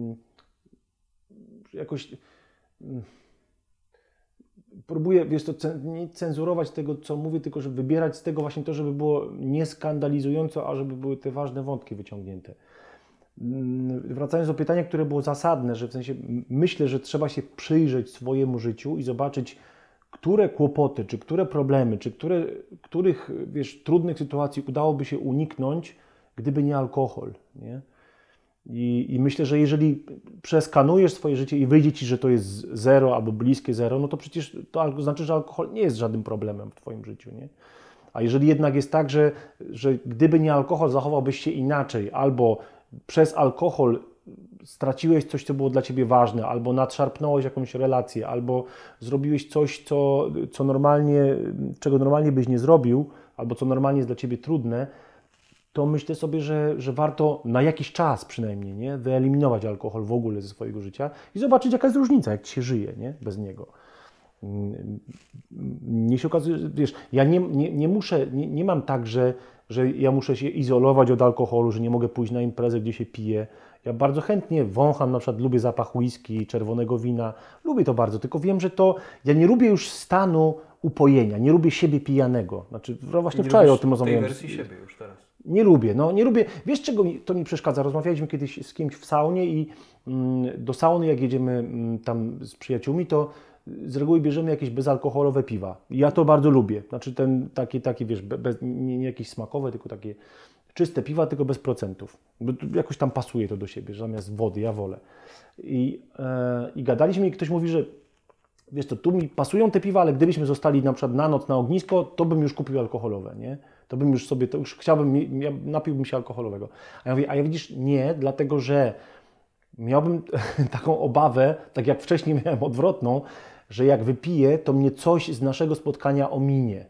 yy, jakoś yy, próbuję, wiesz, to nie cenzurować tego, co mówię, tylko żeby wybierać z tego właśnie to, żeby było nie skandalizująco, a żeby były te ważne wątki wyciągnięte. Wracając do pytania, które było zasadne, że w sensie myślę, że trzeba się przyjrzeć swojemu życiu i zobaczyć, które kłopoty, czy które problemy, czy które, których wiesz, trudnych sytuacji udałoby się uniknąć, gdyby nie alkohol. Nie? I, I myślę, że jeżeli przeskanujesz swoje życie i wyjdzie Ci, że to jest zero albo bliskie zero, no to przecież to znaczy, że alkohol nie jest żadnym problemem w Twoim życiu. Nie? A jeżeli jednak jest tak, że, że gdyby nie alkohol, zachowałbyś się inaczej, albo przez alkohol straciłeś coś, co było dla Ciebie ważne, albo nadszarpnąłeś jakąś relację, albo zrobiłeś coś, co, co normalnie, czego normalnie byś nie zrobił, albo co normalnie jest dla Ciebie trudne, to myślę sobie, że, że warto na jakiś czas przynajmniej, nie, wyeliminować alkohol w ogóle ze swojego życia i zobaczyć, jaka jest różnica, jak Ci się żyje, nie, bez niego. Nie się okazuje, wiesz, ja nie, nie, nie muszę, nie, nie mam tak, że, że ja muszę się izolować od alkoholu, że nie mogę pójść na imprezę, gdzie się pije. Ja bardzo chętnie wącham, na przykład lubię zapach whisky, czerwonego wina, lubię to bardzo, tylko wiem, że to, ja nie lubię już stanu upojenia, nie lubię siebie pijanego. Znaczy, właśnie Nie wczoraj o lubisz tym rozmawiałem. tej wersji siebie już teraz. Nie lubię, no nie lubię. Wiesz, czego mi, to mi przeszkadza? Rozmawialiśmy kiedyś z kimś w saunie i mm, do sauny, jak jedziemy mm, tam z przyjaciółmi, to z reguły bierzemy jakieś bezalkoholowe piwa. I ja to bardzo lubię. Znaczy ten, takie, takie wiesz, be, bez, nie, nie jakieś smakowe, tylko takie czyste piwa, tylko bez procentów. Bo to jakoś tam pasuje to do siebie, że zamiast wody, ja wolę. I, e, i gadaliśmy i ktoś mówi, że wiesz to, tu mi pasują te piwa, ale gdybyśmy zostali na przykład na noc na ognisko, to bym już kupił alkoholowe, nie? To bym już sobie, to już chciałbym, ja napiłbym się alkoholowego. A ja mówię, a ja widzisz, nie, dlatego że miałbym taką obawę, tak jak wcześniej miałem odwrotną, że jak wypiję, to mnie coś z naszego spotkania ominie.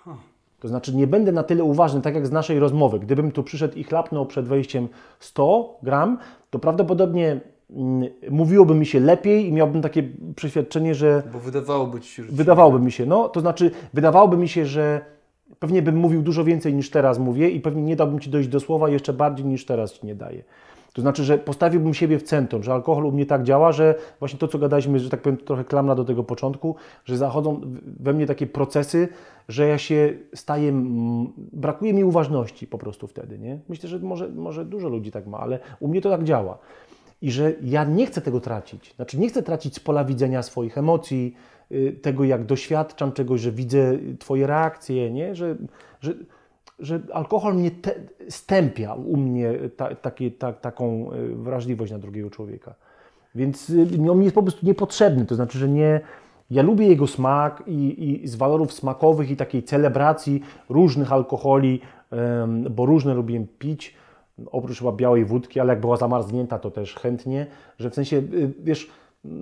To znaczy nie będę na tyle uważny, tak jak z naszej rozmowy. Gdybym tu przyszedł i chlapnął przed wejściem sto gram, to prawdopodobnie mm, mówiłoby mi się lepiej i miałbym takie przeświadczenie, że... Bo wydawałoby Ci się, że... Wydawałoby mi się, no, to znaczy wydawałoby mi się, że pewnie bym mówił dużo więcej niż teraz mówię i pewnie nie dałbym Ci dojść do słowa jeszcze bardziej niż teraz Ci nie daję. To znaczy, że postawiłbym siebie w centrum, że alkohol u mnie tak działa, że właśnie to, co gadaliśmy, że tak powiem, trochę klamra do tego początku, że zachodzą we mnie takie procesy, że ja się staję, brakuje mi uważności po prostu wtedy, nie? Myślę, że może, może dużo ludzi tak ma, ale u mnie to tak działa. I że ja nie chcę tego tracić. Znaczy nie chcę tracić z pola widzenia swoich emocji, tego jak doświadczam czegoś, że widzę Twoje reakcje, nie? Że, że, że alkohol mnie te, stępia u mnie ta, takie, ta, taką wrażliwość na drugiego człowieka. Więc on mi jest po prostu niepotrzebny. To znaczy, że nie... Ja lubię jego smak i, i z walorów smakowych i takiej celebracji różnych alkoholi, um, bo różne lubię pić, oprócz chyba białej wódki, ale jak była zamarznięta, to też chętnie, że w sensie, wiesz,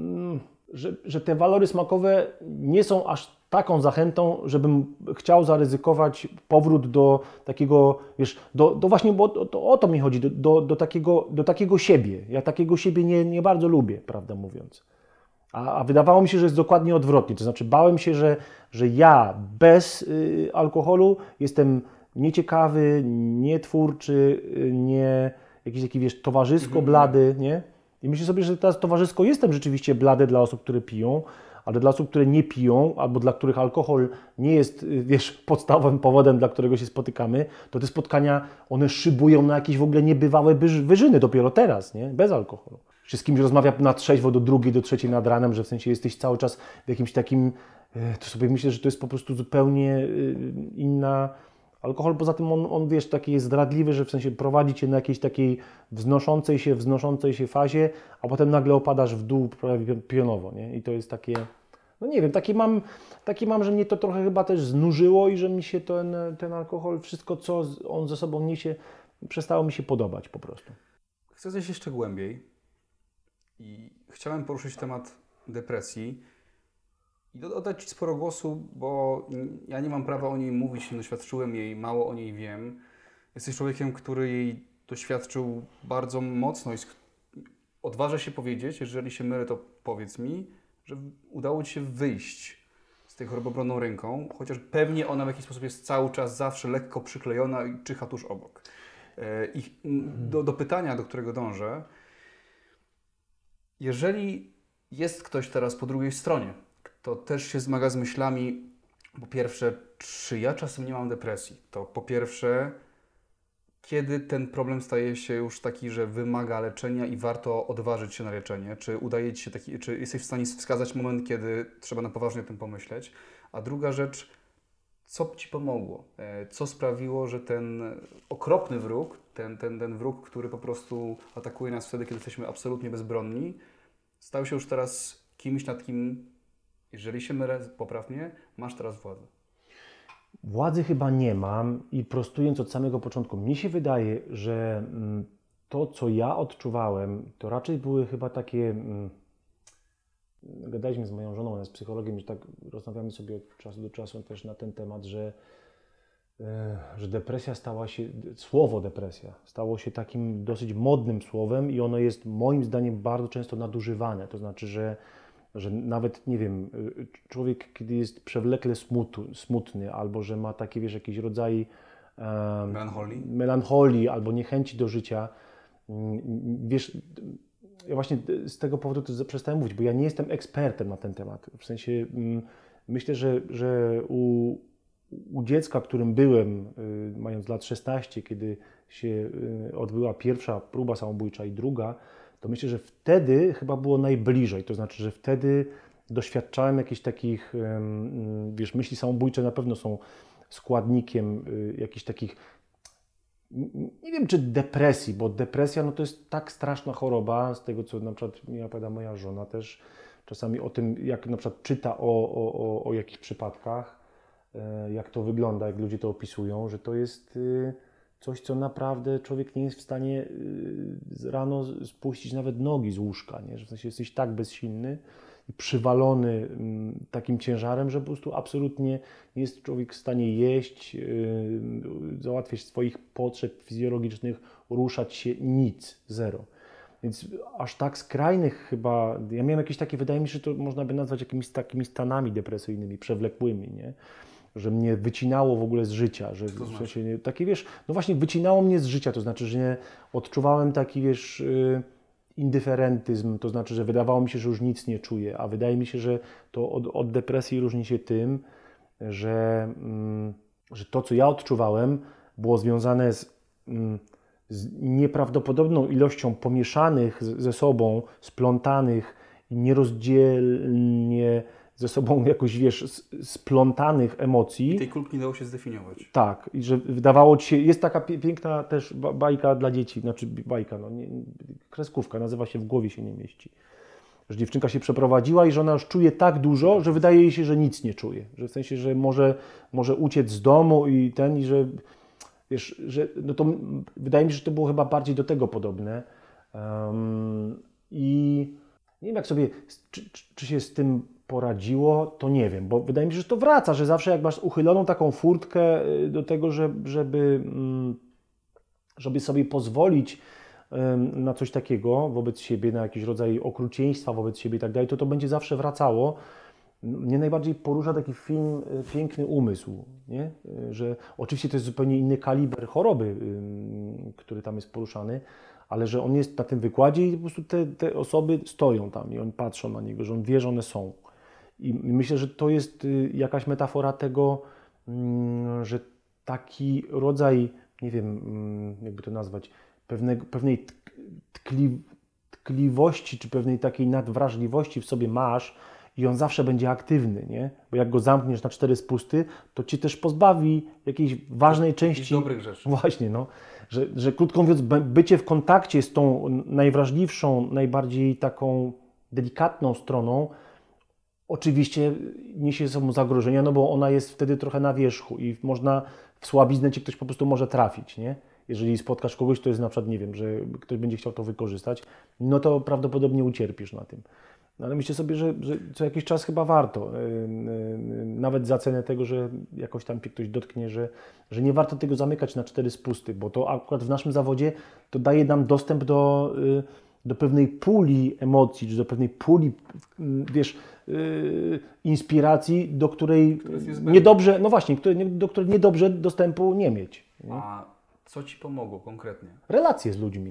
że, że te walory smakowe nie są aż taką zachętą, żebym chciał zaryzykować powrót do takiego, wiesz, do, do właśnie, bo to, to, o to mi chodzi, do, do, do, takiego, do takiego siebie. Ja takiego siebie nie, nie bardzo lubię, prawdę mówiąc. A, a wydawało mi się, że jest dokładnie odwrotnie. To znaczy bałem się, że, że ja bez y, alkoholu jestem nieciekawy, nietwórczy, nie jakiś taki, wiesz, towarzysko blady, nie? I myślę sobie, że teraz towarzysko jestem rzeczywiście blady dla osób, które piją, ale dla osób, które nie piją, albo dla których alkohol nie jest, wiesz, podstawowym powodem, dla którego się spotykamy, to te spotkania, one szybują na jakieś w ogóle niebywałe wyżyny dopiero teraz, nie? Bez alkoholu. Czy z kimś rozmawia na trzeźwo do drugiej, do trzeciej nad ranem, że w sensie jesteś cały czas w jakimś takim, to sobie myślę, że to jest po prostu zupełnie inna... Alkohol poza tym, on, on wiesz, taki jest zdradliwy, że w sensie prowadzi Cię na jakiejś takiej wznoszącej się, wznoszącej się fazie, a potem nagle opadasz w dół prawie pionowo, nie? I to jest takie, no nie wiem, taki mam, taki mam, że mnie to trochę chyba też znużyło i że mi się ten, ten alkohol, wszystko co on ze sobą niesie, przestało mi się podobać po prostu. Chcę zejść jeszcze głębiej i chciałem poruszyć temat depresji. I oddać Ci sporo głosu, bo ja nie mam prawa o niej mówić, nie doświadczyłem jej, mało o niej wiem. Jesteś człowiekiem, który jej doświadczył bardzo mocno i odważę się powiedzieć, jeżeli się mylę, to powiedz mi, że udało Ci się wyjść z tej choroby obronną ręką, chociaż pewnie ona w jakiś sposób jest cały czas zawsze lekko przyklejona i czyha tuż obok. I do, do pytania, do którego dążę, jeżeli jest ktoś teraz po drugiej stronie, to też się zmaga z myślami, po pierwsze, czy ja czasem nie mam depresji? To po pierwsze, kiedy ten problem staje się już taki, że wymaga leczenia i warto odważyć się na leczenie? Czy udaje Ci się taki, czy jesteś w stanie wskazać moment, kiedy trzeba na poważnie o tym pomyśleć? A druga rzecz, co Ci pomogło? Co sprawiło, że ten okropny wróg, ten, ten, ten wróg, który po prostu atakuje nas wtedy, kiedy jesteśmy absolutnie bezbronni, stał się już teraz kimś, nad kim, jeżeli się mylę, popraw mnie, masz teraz władzę? Władzy chyba nie mam i prostując od samego początku, mnie się wydaje, że mm, to, co ja odczuwałem, to raczej były chyba takie. Mm, gadaliśmy z moją żoną, ona jest psychologiem, że tak rozmawiamy sobie od czasu do czasu też na ten temat, że, e, że depresja stała się, słowo depresja stało się takim dosyć modnym słowem i ono jest moim zdaniem bardzo często nadużywane. To znaczy, że że nawet, nie wiem, człowiek, kiedy jest przewlekle smutu, smutny, albo że ma takie, wiesz, jakieś rodzaje um, Melancholii? melancholii albo niechęci do życia, wiesz, ja właśnie z tego powodu też przestałem mówić, bo ja nie jestem ekspertem na ten temat. W sensie myślę, że, że u, u dziecka, którym byłem, mając lat szesnaście, kiedy się odbyła pierwsza próba samobójcza i druga, to myślę, że wtedy chyba było najbliżej. To znaczy, że wtedy doświadczałem jakichś takich, wiesz, myśli samobójcze na pewno są składnikiem jakichś takich, nie wiem czy depresji, bo depresja no to jest tak straszna choroba, z tego co na przykład mi opowiada moja żona też, czasami o tym, jak na przykład czyta o, o, o, o jakichś przypadkach, jak to wygląda, jak ludzie to opisują, że to jest coś, co naprawdę człowiek nie jest w stanie rano spuścić nawet nogi z łóżka, nie? Że w sensie jesteś tak bezsilny i przywalony takim ciężarem, że po prostu absolutnie nie jest człowiek w stanie jeść, załatwiać swoich potrzeb fizjologicznych, ruszać się, nic, zero. Więc aż tak skrajnych chyba, ja miałem jakieś takie, wydaje mi się, że to można by nazwać jakimiś takimi stanami depresyjnymi, przewlekłymi, nie? Że mnie wycinało w ogóle z życia, że To w sensie nie, takie, wiesz, no właśnie wycinało mnie z życia, to znaczy, że nie odczuwałem taki, wiesz, yy, indyferentyzm, to znaczy, że wydawało mi się, że już nic nie czuję, a wydaje mi się, że to od, od depresji różni się tym, że, mm, że to, co ja odczuwałem, było związane z, mm, z nieprawdopodobną ilością pomieszanych z, ze sobą, splątanych i nierozdzielnie ze sobą jakoś, wiesz, splątanych emocji. I tej kulki nie dało się zdefiniować. Tak, i że wydawało ci się, jest taka piękna też bajka dla dzieci, znaczy bajka, no nie, kreskówka, nazywa się W głowie się nie mieści. Że dziewczynka się przeprowadziła i że ona już czuje tak dużo, że wydaje jej się, że nic nie czuje. Że w sensie, że może, może uciec z domu i ten, i że wiesz, że no to wydaje mi się, że to było chyba bardziej do tego podobne. Um, I nie wiem jak sobie, czy, czy, czy się z tym poradziło, to nie wiem, bo wydaje mi się, że to wraca, że zawsze jak masz uchyloną taką furtkę do tego, żeby, żeby, żeby sobie pozwolić na coś takiego wobec siebie, na jakiś rodzaj okrucieństwa wobec siebie i tak dalej, to to będzie zawsze wracało. Mnie najbardziej porusza taki film Piękny umysł, nie? Że oczywiście to jest zupełnie inny kaliber choroby, który tam jest poruszany, ale że on jest na tym wykładzie i po prostu te, te osoby stoją tam i oni patrzą na niego, że on wie, że one są. I myślę, że to jest jakaś metafora tego, że taki rodzaj, nie wiem, jakby to nazwać, pewnego, pewnej tkli, tkliwości czy pewnej takiej nadwrażliwości w sobie masz i on zawsze będzie aktywny, nie? Bo jak go zamkniesz na cztery spusty, to cię też pozbawi jakiejś ważnej części. Dobrych rzeczy. Właśnie, no. Że, że krótko mówiąc, bycie w kontakcie z tą najwrażliwszą, najbardziej taką delikatną stroną, oczywiście niesie ze sobą zagrożenia, no bo ona jest wtedy trochę na wierzchu i można w słabiznę cię ktoś po prostu może trafić, nie? Jeżeli spotkasz kogoś, to jest na przykład, nie wiem, że ktoś będzie chciał to wykorzystać, no to prawdopodobnie ucierpisz na tym. No ale myślę sobie, że, że co jakiś czas chyba warto, yy, yy, nawet za cenę tego, że jakoś tam cię ktoś dotknie, że, że nie warto tego zamykać na cztery spusty, bo to akurat w naszym zawodzie to daje nam dostęp do, yy, do pewnej puli emocji, czy do pewnej puli, yy, wiesz, yy, inspiracji, do której niedobrze, no właśnie, które, do której niedobrze dostępu nie mieć. Nie? A co Ci pomogło konkretnie? Relacje z ludźmi.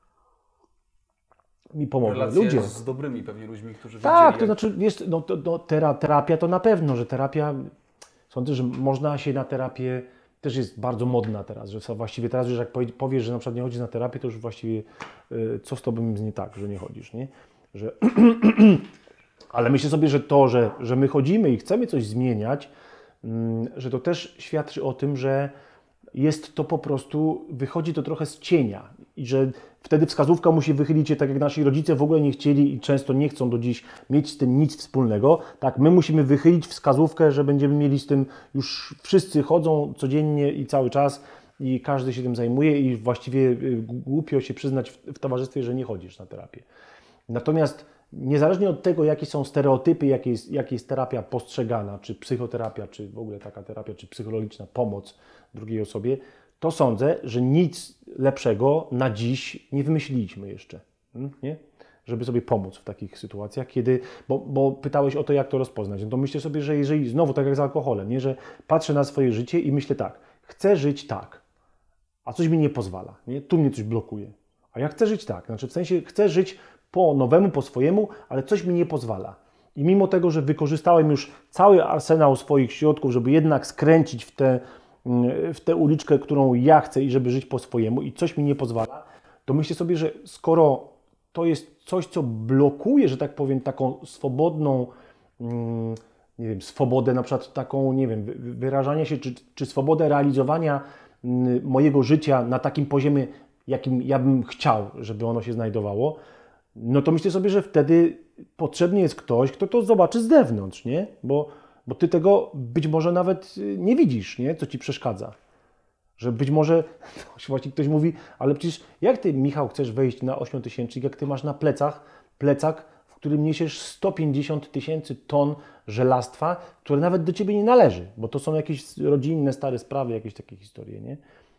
Mi pomogły. Relacje Ludzie. z dobrymi pewnie ludźmi, którzy Tak, wiedzieli, to znaczy, wiesz, no, to, no, tera, terapia to na pewno, że terapia, sądzę, że można się na terapię, też jest bardzo modna teraz, że właściwie teraz, że jak powiesz, że na przykład nie chodzisz na terapię, to już właściwie y, co z tobą jest nie tak, że nie chodzisz, nie? Że ale myślę sobie, że to, że, że my chodzimy i chcemy coś zmieniać, y, że to też świadczy o tym, że jest to po prostu, wychodzi to trochę z cienia i że wtedy wskazówka musi wychylić się tak, jak nasi rodzice w ogóle nie chcieli i często nie chcą do dziś mieć z tym nic wspólnego. Tak, my musimy wychylić wskazówkę, że będziemy mieli z tym, już wszyscy chodzą codziennie i cały czas i każdy się tym zajmuje i właściwie głupio się przyznać w, w towarzystwie, że nie chodzisz na terapię. Natomiast niezależnie od tego, jakie są stereotypy, jak jest, jak jest terapia postrzegana, czy psychoterapia, czy w ogóle taka terapia, czy psychologiczna pomoc drugiej osobie, to sądzę, że nic lepszego na dziś nie wymyśliliśmy jeszcze, nie? Żeby sobie pomóc w takich sytuacjach, kiedy, bo, bo pytałeś o to, jak to rozpoznać. No to myślę sobie, że jeżeli, znowu tak jak z alkoholem, nie? Że patrzę na swoje życie i myślę tak, chcę żyć tak, a coś mi nie pozwala, nie? Tu mnie coś blokuje. A ja chcę żyć tak, znaczy w sensie chcę żyć po nowemu, po swojemu, ale coś mi nie pozwala. I mimo tego, że wykorzystałem już cały arsenał swoich środków, żeby jednak skręcić w tę w tę uliczkę, którą ja chcę i żeby żyć po swojemu i coś mi nie pozwala, to myślę sobie, że skoro to jest coś, co blokuje, że tak powiem, taką swobodną, nie wiem, swobodę na przykład taką, nie wiem, wyrażania się, czy, czy swobodę realizowania mojego życia na takim poziomie, jakim ja bym chciał, żeby ono się znajdowało, no to myślę sobie, że wtedy potrzebny jest ktoś, kto to zobaczy z zewnątrz, nie? Bo, bo ty tego być może nawet nie widzisz, nie? Co ci przeszkadza. Że być może, właśnie ktoś mówi, ale przecież jak ty, Michał, chcesz wejść na ośmiotysięcznik, jak ty masz na plecach plecak, w którym niesiesz sto pięćdziesiąt tysięcy ton żelastwa, które nawet do ciebie nie należy, bo to są jakieś rodzinne, stare sprawy, jakieś takie historie, nie?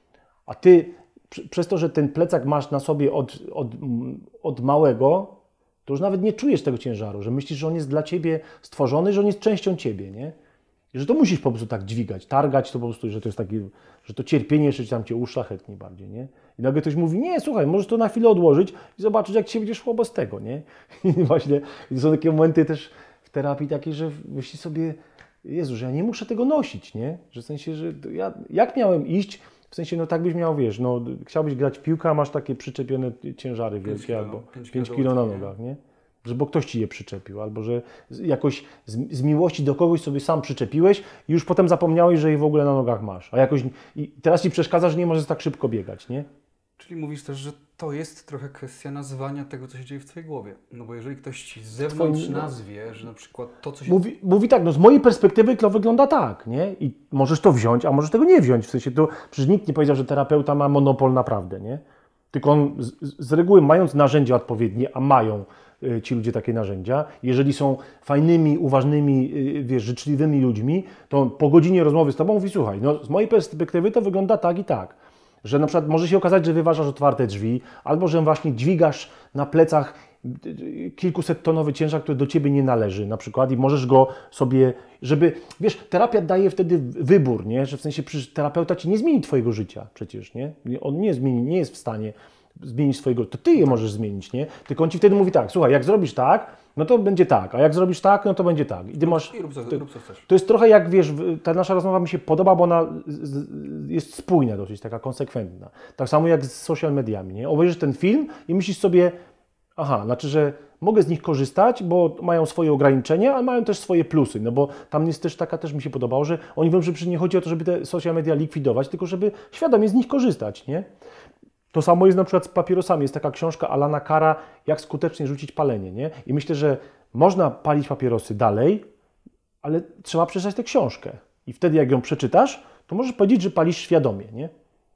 A ty, przez to, że ten plecak masz na sobie od, od, od małego, to już nawet nie czujesz tego ciężaru, że myślisz, że on jest dla ciebie stworzony, że on jest częścią ciebie, nie? I że to musisz po prostu tak dźwigać, targać to po prostu, że to jest taki, że to cierpienie jeszcze tam cię uszlachetni bardziej, nie? I nagle ktoś mówi, nie, słuchaj, możesz to na chwilę odłożyć i zobaczyć, jak ci się będzie szło bez tego, nie? I właśnie i są takie momenty też w terapii takie, że myślisz sobie, Jezu, że ja nie muszę tego nosić, nie? Że w sensie, że ja, jak miałem iść, w sensie, no tak byś miał, wiesz, no chciałbyś grać w piłkę, a masz takie przyczepione ciężary wielkie kilo, albo pięć pięć kilo kilo na nie? nogach, nie? Że bo ktoś ci je przyczepił, albo że jakoś z, z miłości do kogoś sobie sam przyczepiłeś i już potem zapomniałeś, że je w ogóle na nogach masz. A jakoś i teraz ci przeszkadza, że nie możesz tak szybko biegać, nie? Czyli mówisz też, że to jest trochę kwestia nazwania tego, co się dzieje w twojej głowie. No bo jeżeli ktoś ci z zewnątrz Twoim- nazwie, że na przykład to, co się... Mówi, mówi tak, no z mojej perspektywy to wygląda tak, nie? I możesz to wziąć, a możesz tego nie wziąć. W sensie to przecież nikt nie powiedział, że terapeuta ma monopol na prawdę, nie? Tylko on z, z reguły mając narzędzia odpowiednie, a mają y, ci ludzie takie narzędzia, jeżeli są fajnymi, uważnymi, y, wiesz, życzliwymi ludźmi, to po godzinie rozmowy z tobą mówi, słuchaj, no z mojej perspektywy to wygląda tak i tak. Że na przykład może się okazać, że wyważasz otwarte drzwi, albo że właśnie dźwigasz na plecach kilkusettonowy ciężar, który do ciebie nie należy na przykład i możesz go sobie, żeby, wiesz, terapia daje wtedy wybór, nie? Że w sensie przecież terapeuta ci nie zmieni twojego życia przecież, nie? On nie zmieni, nie jest w stanie zmienić swojego, to ty je możesz zmienić, nie? Tylko on ci wtedy mówi tak, słuchaj, jak zrobisz tak, no to będzie tak, a jak zrobisz tak, no to będzie tak. I ty masz... I rób co, to, rób co chcesz. to jest trochę jak, wiesz, ta nasza rozmowa mi się podoba, bo ona z, z, jest spójna dosyć, taka konsekwentna. Tak samo jak z social mediami, nie? Obejrzysz ten film i myślisz sobie, aha, znaczy, że mogę z nich korzystać, bo mają swoje ograniczenia, ale mają też swoje plusy, no bo tam jest też taka, też mi się podobało, że oni mówią, że przy nie chodzi o to, żeby te social media likwidować, tylko żeby świadomie z nich korzystać, nie? To samo jest na przykład z papierosami. Jest taka książka Alana Carra, jak skutecznie rzucić palenie, nie? I myślę, że można palić papierosy dalej, ale trzeba przeczytać tę książkę. I wtedy jak ją przeczytasz, to możesz powiedzieć, że palisz świadomie, nie?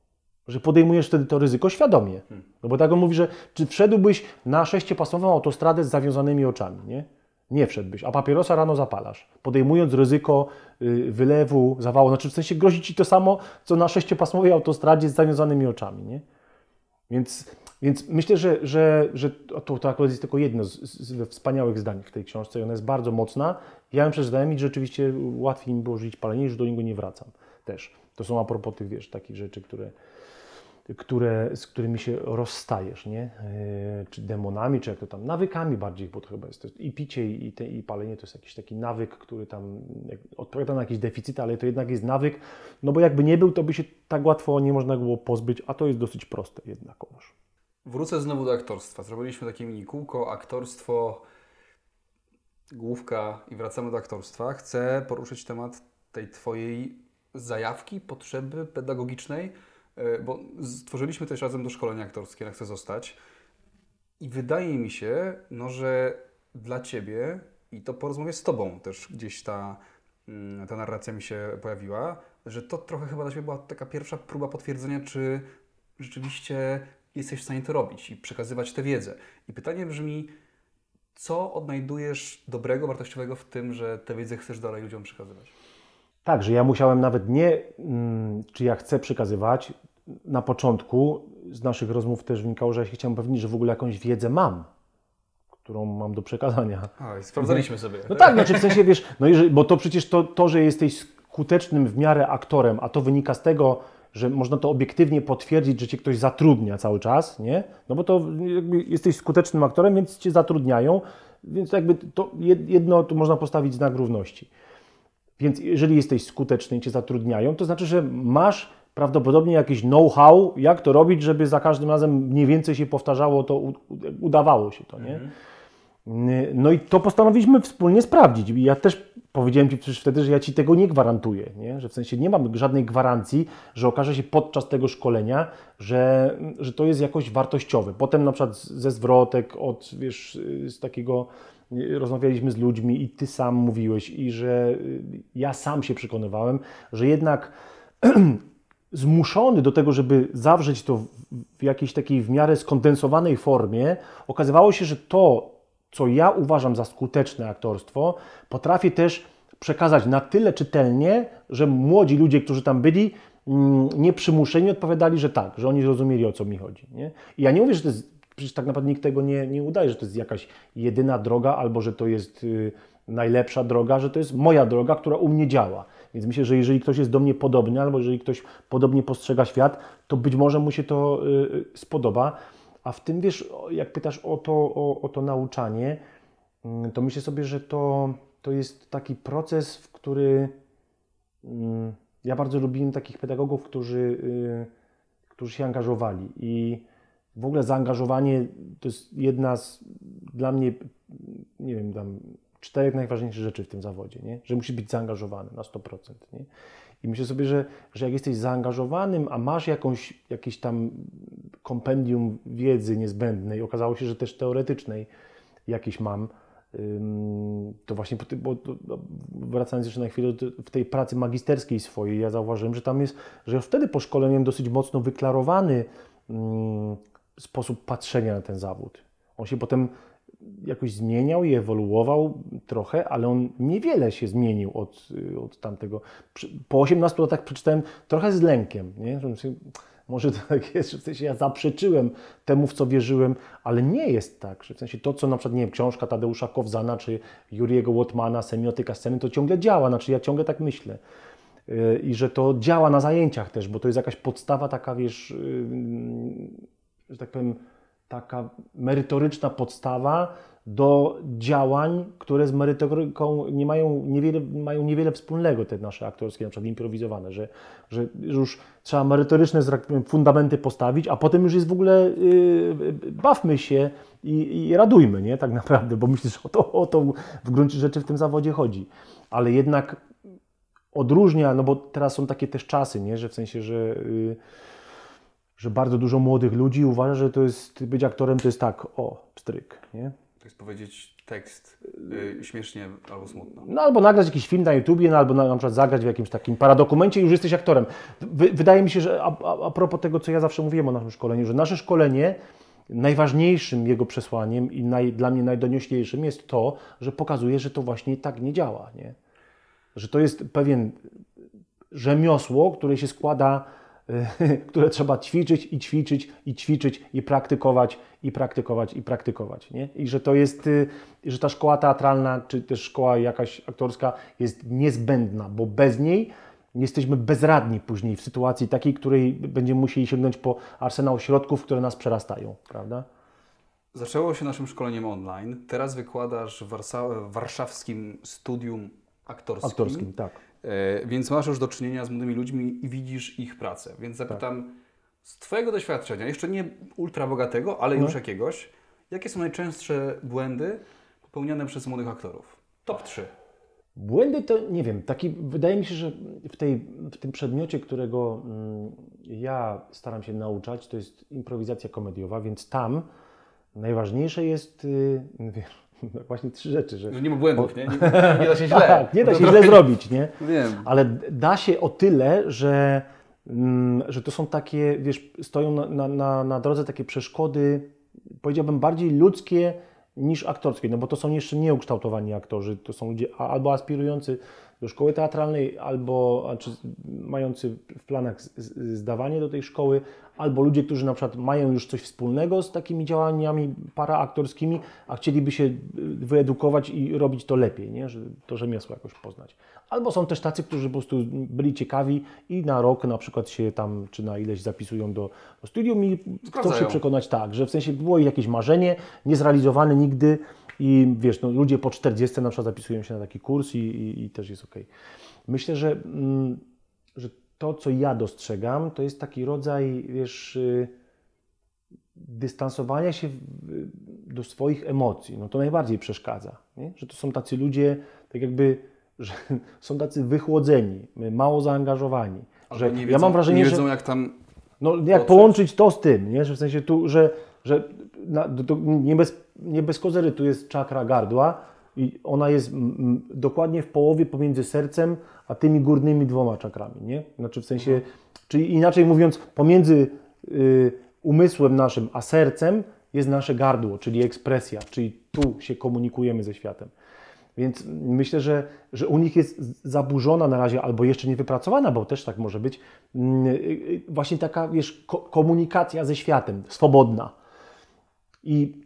Że podejmujesz wtedy to ryzyko świadomie. No bo tak on mówi, że czy wszedłbyś na sześciopasmową autostradę z zawiązanymi oczami, nie? Nie wszedłbyś, a papierosa rano zapalasz, podejmując ryzyko y, wylewu, zawału. Znaczy w sensie grozi ci to samo, co na sześciopasmowej autostradzie z zawiązanymi oczami, nie? Więc, więc myślę, że, że, że to, to akurat jest tylko jedno z, z wspaniałych zdań w tej książce i ona jest bardzo mocna. Ja ją przeczytałem i rzeczywiście łatwiej mi było żyć palenie, już do niego nie wracam też. To są a propos tych, wiesz, takich rzeczy, które, które, z którymi się rozstajesz, nie? Yy, czy demonami, czy jak to tam, nawykami bardziej, bo to chyba jest to, i picie, i, te, i palenie to jest jakiś taki nawyk, który tam jak, odpowiada na jakieś deficyty, ale to jednak jest nawyk, no bo jakby nie był, to by się tak łatwo nie można było pozbyć, a to jest dosyć proste jednakowoż. Wrócę znowu do aktorstwa. Zrobiliśmy takie mini kółko, aktorstwo, główka i wracamy do aktorstwa. Chcę poruszyć temat tej twojej zajawki, potrzeby pedagogicznej, e, bo stworzyliśmy też razem do szkolenia aktorskie, na Chcę Zostać i wydaje mi się, no, że dla Ciebie i to po rozmowie z Tobą też gdzieś ta, mm, ta narracja mi się pojawiła, że to trochę chyba dla Ciebie była taka pierwsza próba potwierdzenia, czy rzeczywiście jesteś w stanie to robić i przekazywać tę wiedzę. I pytanie brzmi, co odnajdujesz dobrego, wartościowego w tym, że tę wiedzę chcesz dalej ludziom przekazywać? Tak, że ja musiałem nawet nie, mm, czy ja chcę przekazywać. Na początku z naszych rozmów też wynikało, że ja się chciałem upewnić, że w ogóle jakąś wiedzę mam, którą mam do przekazania. A, i sprawdzaliśmy sobie. No tak, znaczy w sensie, wiesz, no jeżeli, bo to przecież to, to, że jesteś skutecznym w miarę aktorem, a to wynika z tego, że można to obiektywnie potwierdzić, że cię ktoś zatrudnia cały czas, nie? No bo to jakby jesteś skutecznym aktorem, więc cię zatrudniają, więc jakby to jedno tu można postawić znak równości. Więc jeżeli jesteś skuteczny i cię zatrudniają, to znaczy, że masz prawdopodobnie jakieś know-how, jak to robić, żeby za każdym razem mniej więcej się powtarzało, to udawało się to, nie? Mhm. No i to postanowiliśmy wspólnie sprawdzić. I ja też powiedziałem Ci przecież wtedy, że ja Ci tego nie gwarantuję, nie? Że w sensie nie mam żadnej gwarancji, że okaże się podczas tego szkolenia, że, że to jest jakoś wartościowe. Potem na przykład ze zwrotek od, wiesz, z takiego rozmawialiśmy z ludźmi i Ty sam mówiłeś i że ja sam się przekonywałem, że jednak zmuszony do tego, żeby zawrzeć to w jakiejś takiej w miarę skondensowanej formie, okazywało się, że to, co ja uważam za skuteczne aktorstwo, potrafię też przekazać na tyle czytelnie, że młodzi ludzie, którzy tam byli, nieprzymuszeni odpowiadali, że tak, że oni zrozumieli, o co mi chodzi. Nie? I ja nie mówię, że to jest, przecież tak naprawdę nikt tego nie, nie udaje, że to jest jakaś jedyna droga, albo że to jest y, najlepsza droga, że to jest moja droga, która u mnie działa. Więc myślę, że jeżeli ktoś jest do mnie podobny, albo jeżeli ktoś podobnie postrzega świat, to być może mu się to y, spodoba. A w tym, wiesz, jak pytasz o to, o, o to nauczanie, to myślę sobie, że to, to jest taki proces, w który mm, ja bardzo lubiłem takich pedagogów, którzy, y, którzy się angażowali. I w ogóle zaangażowanie to jest jedna z dla mnie, nie wiem, tam czterech najważniejszych rzeczy w tym zawodzie, nie? Że musisz być zaangażowany na sto procent. Nie? I myślę sobie, że, że jak jesteś zaangażowanym, a masz jakąś, jakieś tam kompendium wiedzy niezbędnej, okazało się, że też teoretycznej jakieś mam, to właśnie, bo, bo, wracając jeszcze na chwilę, w tej pracy magisterskiej swojej, ja zauważyłem, że tam jest, że wtedy po szkoleniu miałem dosyć mocno wyklarowany um, sposób patrzenia na ten zawód. On się potem jakoś zmieniał i ewoluował trochę, ale on niewiele się zmienił od, od tamtego. Po osiemnastu latach przeczytałem trochę z lękiem, nie? Może tak jest, że w sensie ja zaprzeczyłem temu, w co wierzyłem, ale nie jest tak, że w sensie to, co na przykład, nie wiem, książka Tadeusza Kowzana, czy Juriego Łotmana, Semiotyka sceny, to ciągle działa, znaczy ja ciągle tak myślę. I że to działa na zajęciach też, bo to jest jakaś podstawa taka, wiesz, że tak powiem, taka merytoryczna podstawa do działań, które z merytoryką nie mają niewiele, mają niewiele wspólnego, te nasze aktorskie, na przykład improwizowane, że, że już trzeba merytoryczne fundamenty postawić, a potem już jest w ogóle yy, bawmy się i, i radujmy, nie? Tak naprawdę, bo myślę, że o to, o to w gruncie rzeczy w tym zawodzie chodzi. Ale jednak odróżnia, no bo teraz są takie też czasy, nie? Że w sensie, że yy, że bardzo dużo młodych ludzi uważa, że to jest, być aktorem to jest tak, o, pstryk, nie? To jest powiedzieć tekst yy, śmiesznie albo smutno. No albo nagrać jakiś film na YouTubie, no, albo na, na przykład zagrać w jakimś takim paradokumencie i już jesteś aktorem. Wy, wydaje mi się, że a, a, a propos tego, co ja zawsze mówiłem o naszym szkoleniu, że nasze szkolenie, najważniejszym jego przesłaniem i naj, dla mnie najdonioślejszym jest to, że pokazuje, że to właśnie tak nie działa, nie? Że to jest pewien rzemiosło, które się składa, które trzeba ćwiczyć i ćwiczyć i ćwiczyć i praktykować i praktykować i praktykować, nie? I że to jest, że ta szkoła teatralna czy też szkoła jakaś aktorska jest niezbędna, bo bez niej jesteśmy bezradni później w sytuacji takiej, której będziemy musieli sięgnąć po arsenał środków, które nas przerastają, prawda? Zaczęło się naszym szkoleniem online, teraz wykładasz w Warsa- warszawskim studium aktorskim. Aktorskim, tak. Więc masz już do czynienia z młodymi ludźmi i widzisz ich pracę. Więc zapytam, tak. Z Twojego doświadczenia, jeszcze nie ultra bogatego, ale no. już jakiegoś, jakie są najczęstsze błędy popełniane przez młodych aktorów? Top trzy. Błędy to, nie wiem, taki, wydaje mi się, że w, tej, w tym przedmiocie, którego mm, ja staram się nauczać, to jest improwizacja komediowa, więc tam najważniejsze jest y, wiesz, właśnie trzy rzeczy. Że No nie ma błędów, nie? Nie, nie da się źle. tak, nie da się To źle trochę- zrobić, nie? Wiem. Ale da się o tyle, że, mm, że to są takie, wiesz, stoją na, na, na, na drodze takie przeszkody, powiedziałbym bardziej ludzkie niż aktorskie, no bo to są jeszcze nieukształtowani aktorzy, to są ludzie a- albo aspirujący do szkoły teatralnej, albo a, czy mający w planach z- z- zdawanie do tej szkoły, albo ludzie, którzy na przykład mają już coś wspólnego z takimi działaniami paraaktorskimi, a chcieliby się y, wyedukować i robić to lepiej, nie? Że to rzemiosło jakoś poznać. Albo są też tacy, którzy po prostu byli ciekawi i na rok na przykład się tam, czy na ileś zapisują do, do studium i chcą Sprawdzają. się przekonać tak, że w sensie było ich jakieś marzenie, niezrealizowane nigdy i wiesz, no, ludzie po czterdziestce na przykład zapisują się na taki kurs i, i, i też jest okej. Myślę, że, mm, że to, co ja dostrzegam, to jest taki rodzaj, wiesz, y, dystansowania się w- do swoich emocji. No to najbardziej przeszkadza, nie? Że to są tacy ludzie, tak jakby, że są tacy wychłodzeni, mało zaangażowani. Albo Że nie ja wiedzą, mam wrażenie, nie że wiedzą jak tam... no, jak dotrzeć. połączyć to z tym, nie? Że w sensie tu, że, że na, do, do, nie, bez, nie bez kozery tu jest czakra gardła i ona jest mm, mm, dokładnie w połowie pomiędzy sercem a tymi górnymi dwoma czakrami, nie? Znaczy w sensie, czyli inaczej mówiąc, pomiędzy y, umysłem naszym a sercem jest nasze gardło, czyli ekspresja, czyli tu się komunikujemy ze światem. Więc myślę, że, że u nich jest zaburzona na razie, albo jeszcze nie wypracowana, bo też tak może być, mm, y, y, właśnie taka, wiesz, ko- komunikacja ze światem, swobodna. I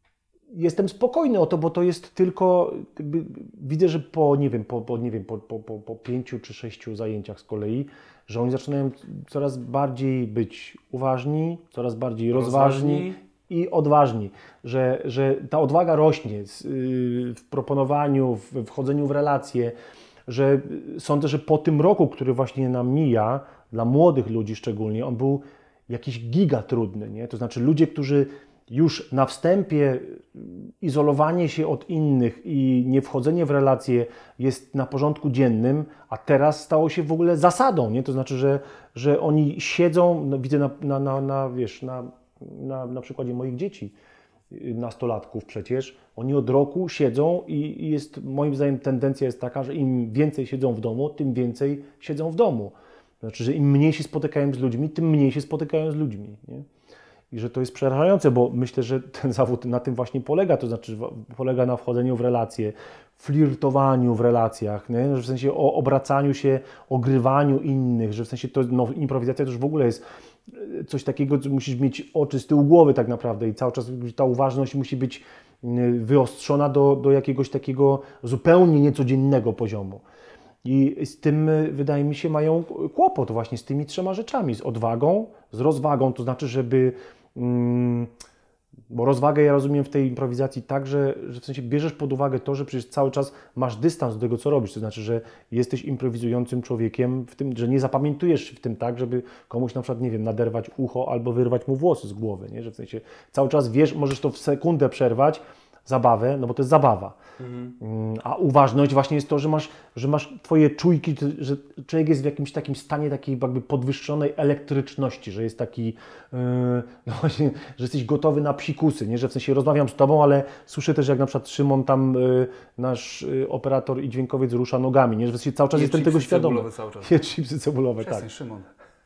jestem spokojny o to, bo to jest tylko, jakby, widzę, że po, nie wiem, po, po, nie wiem, po, po, po, po pięciu czy sześciu zajęciach z kolei, że oni zaczynają coraz bardziej być uważni, coraz bardziej rozważni, Rozważni. i odważni, że, że ta odwaga rośnie z, y, w proponowaniu, w wchodzeniu w relacje, że sądzę, że po tym roku, który właśnie nam mija, dla młodych ludzi szczególnie, on był jakiś giga trudny, nie? To znaczy ludzie, którzy już na wstępie izolowanie się od innych i nie wchodzenie w relacje jest na porządku dziennym, a teraz stało się w ogóle zasadą, nie? To znaczy, że, że oni siedzą, no, widzę na, na, na, na, wiesz, na, na, na przykładzie moich dzieci, y, nastolatków przecież, oni od roku siedzą i, i jest, moim zdaniem tendencja jest taka, że im więcej siedzą w domu, tym więcej siedzą w domu. Znaczy, że im mniej się spotykają z ludźmi, tym mniej się spotykają z ludźmi, nie? I że to jest przerażające, bo myślę, że ten zawód na tym właśnie polega, to znaczy w- polega na wchodzeniu w relacje, flirtowaniu w relacjach, nie? Że w sensie o obracaniu się, ogrywaniu innych, że w sensie to, no, improwizacja to już w ogóle jest e, coś takiego, co musisz mieć oczy z tyłu głowy tak naprawdę i cały czas ta uważność musi być y, wyostrzona do, do jakiegoś takiego zupełnie niecodziennego poziomu. I z tym, y, wydaje mi się, mają kłopot właśnie z tymi trzema rzeczami. Z odwagą, z rozwagą, to znaczy, żeby... Mm, bo rozwagę ja rozumiem w tej improwizacji tak, że, że w sensie bierzesz pod uwagę to, że przecież cały czas masz dystans do tego, co robisz. To znaczy, że jesteś improwizującym człowiekiem w tym, że nie zapamiętujesz się w tym tak, żeby komuś na przykład, nie wiem, naderwać ucho albo wyrwać mu włosy z głowy, nie? Że w sensie cały czas wiesz, możesz to w sekundę przerwać, zabawę, no bo to jest zabawa. Mm, A uważność właśnie jest to, że masz, że masz twoje czujki, ty- że człowiek jest w jakimś takim stanie takiej jakby podwyższonej elektryczności, że jest taki, yy, no właśnie, że jesteś gotowy na psikusy, nie? Że w sensie rozmawiam z tobą, ale słyszę też jak na przykład Szymon tam, yy, nasz yy, operator i dźwiękowiec rusza nogami, nie? Że w sensie cały czas Je jestem tego chipsy świadomy. cebulowe cały czas. Je chipsy cebulowe, tak. Przestań, Szymon.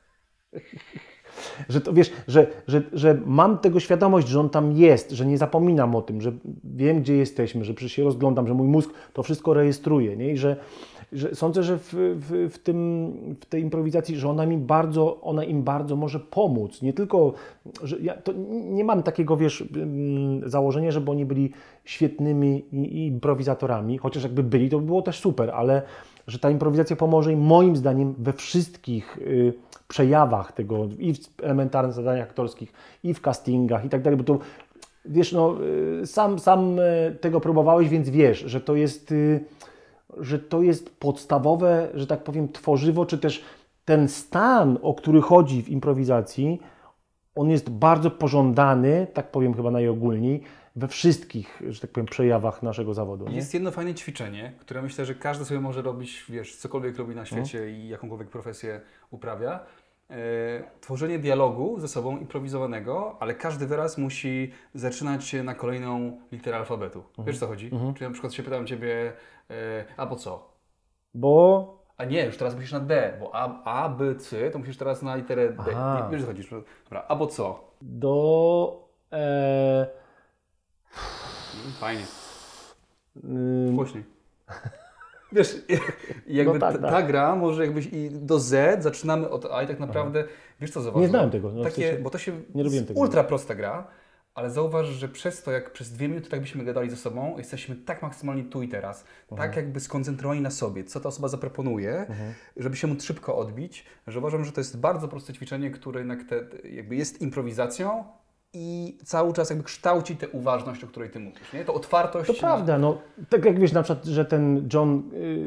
Że to wiesz, że, że, że mam tego świadomość, że on tam jest, że nie zapominam o tym, że wiem, gdzie jesteśmy, że przecież się rozglądam, że mój mózg to wszystko rejestruje, nie? I że, że sądzę, że w, w, w, tym, w tej improwizacji, że ona mi bardzo, ona im bardzo może pomóc. Nie tylko, że ja to nie mam takiego, wiesz, mm, założenia, żeby oni byli świetnymi i- i improwizatorami, chociaż jakby byli, to by było też super, ale że ta improwizacja pomoże im moim zdaniem we wszystkich y, przejawach tego i w elementarnych zadaniach aktorskich, i w castingach i tak dalej, bo to wiesz, no y, sam, sam y, tego próbowałeś, więc wiesz, że to jest, y, że to jest podstawowe, że tak powiem, tworzywo, czy też ten stan, o który chodzi w improwizacji, on jest bardzo pożądany, tak powiem chyba najogólniej, we wszystkich, że tak powiem, przejawach naszego zawodu. Nie? Jest jedno fajne ćwiczenie, które myślę, że każdy sobie może robić, wiesz, cokolwiek robi na świecie No. i jakąkolwiek profesję uprawia. E, tworzenie dialogu ze sobą improwizowanego, ale każdy wyraz musi zaczynać się na kolejną literę alfabetu. Mhm. Wiesz, co chodzi? Mhm. Czyli na przykład się pytam Ciebie, e, a po co? Bo... A nie, już teraz musisz na D, bo A, A, B, C, to musisz teraz na literę D. Aha. Nie, wiesz, co chodzi? Dobra, a po co? Do... E, Mm, Fajnie. ym, Głośniej. Wiesz, jakby No tak, ta, tak. ta gra może jakbyś i do Z zaczynamy od A i tak naprawdę, wiesz co zauważyłem? Nie znałem tego, no w Takie, sensie bo to się nie robiłem jest tego. ultra prosta gra, ale zauważ, że przez to, jak przez dwie minuty tak byśmy gadali ze sobą, jesteśmy tak maksymalnie tu i teraz, tak jakby skoncentrowani na sobie, co ta osoba zaproponuje, żeby się móc szybko odbić, że uważam, że to jest bardzo proste ćwiczenie, które jednak te, jakby jest improwizacją i cały czas jakby kształci tę uważność, o której Ty mówisz, nie? To otwartość. To na- prawda, no. Tak jak wiesz, na przykład, że ten John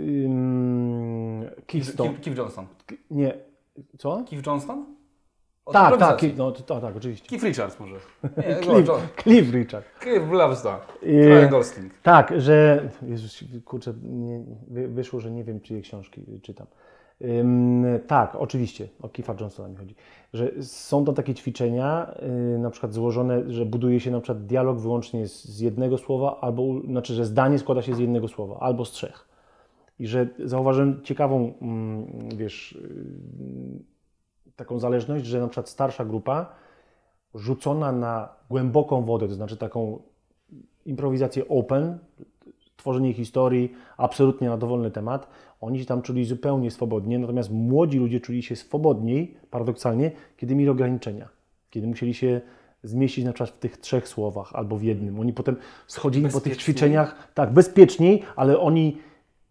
yy, Keystone... Keith, Keith Johnston. Nie, co? Keith Johnston? Od Tak, tak, improwizacji. Keith- no, to, tak, tak, oczywiście. Keith Richards może. Nie, Cliff, John. Cliff Richard. Cliff Blavsta. Yy, Ryan Gosling. Tak, że... Jezus, kurczę, nie, wy- wyszło, że nie wiem, czyje książki czytam. Ym, tak, oczywiście, o Keitha Johnstona mi chodzi. Że są to takie ćwiczenia, yy, na przykład złożone, że buduje się na przykład dialog wyłącznie z, z jednego słowa, albo, znaczy, że zdanie składa się z jednego słowa, albo z trzech. I że zauważyłem ciekawą, mm, wiesz, yy, taką zależność, że na przykład starsza grupa rzucona na głęboką wodę, to znaczy taką improwizację open, tworzenie historii absolutnie na dowolny temat, oni się tam czuli zupełnie swobodnie, natomiast młodzi ludzie czuli się swobodniej, paradoksalnie, kiedy mieli ograniczenia, kiedy musieli się zmieścić na przykład w tych trzech słowach albo w jednym. Oni potem schodzili po tych Bezpieczniej. ćwiczeniach, tak, bezpieczniej, ale oni,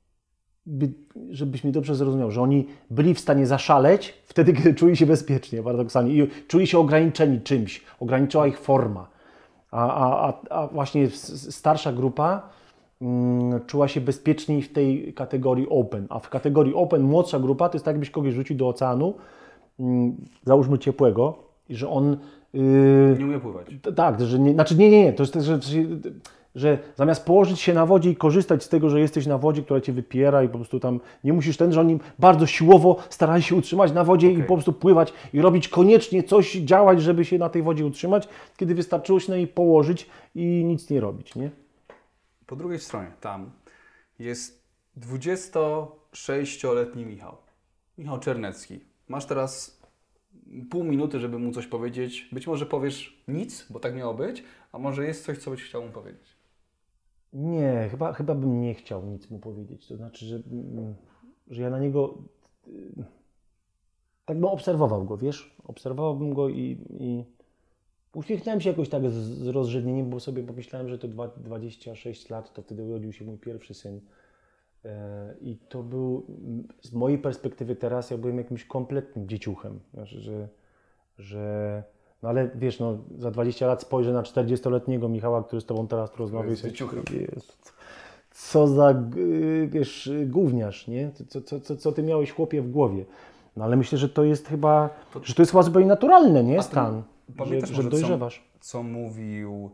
by, żebyś mnie dobrze zrozumiał, że oni byli w stanie zaszaleć wtedy, kiedy czuli się bezpiecznie, paradoksalnie, i czuli się ograniczeni czymś, ograniczyła ich forma. A, a, a, a właśnie s- starsza grupa mm, czuła się bezpieczniej w tej kategorii open, a w kategorii open młodsza grupa to jest tak, jakbyś kogoś rzucił do oceanu, mm, załóżmy ciepłego, i że on... Yy, Nie umie pływać. T- Tak, że nie, znaczy nie, nie, nie, to jest tak, że, że, że zamiast położyć się na wodzie i korzystać z tego, że jesteś na wodzie, która Cię wypiera i po prostu tam nie musisz ten, że oni bardzo siłowo starali się utrzymać na wodzie i Okej. po prostu pływać i robić koniecznie coś, działać, żeby się na tej wodzie utrzymać, kiedy wystarczyło się na niej położyć i nic nie robić, nie? Po drugiej stronie, tam, jest dwudziestosześcioletni Michał. Michał Czernecki. Masz teraz pół minuty, żeby mu coś powiedzieć. Być może powiesz nic, bo tak miało być, a może jest coś, co byś chciał mu powiedzieć. Nie, chyba, chyba bym nie chciał nic mu powiedzieć. To znaczy, że, mm, że ja na niego y, tak bym obserwował go, wiesz? Obserwowałbym go i, i uśmiechnąłem się jakoś tak z, z rozrzewnieniem, bo sobie pomyślałem, że to dwa- dwadzieścia sześć lat, to wtedy urodził się mój pierwszy syn. E, I to był, m, z mojej perspektywy teraz, ja byłem jakimś kompletnym dzieciuchem. Znaczy, że, że no ale wiesz, no, za dwadzieścia lat spojrzę na czterdziestoletniego Michała, który z Tobą teraz tu rozmawia. jest i sobie- dzieciuchem. Jezu, co za, g- wiesz, gówniarz, nie? Co, co, co, co Ty miałeś, chłopie, w głowie? No ale myślę, że to jest chyba, To- że to jest chyba zupełnie naturalne, nie? A ty Stan, pamiętasz że, że może, co- dojrzewasz. Co mówił...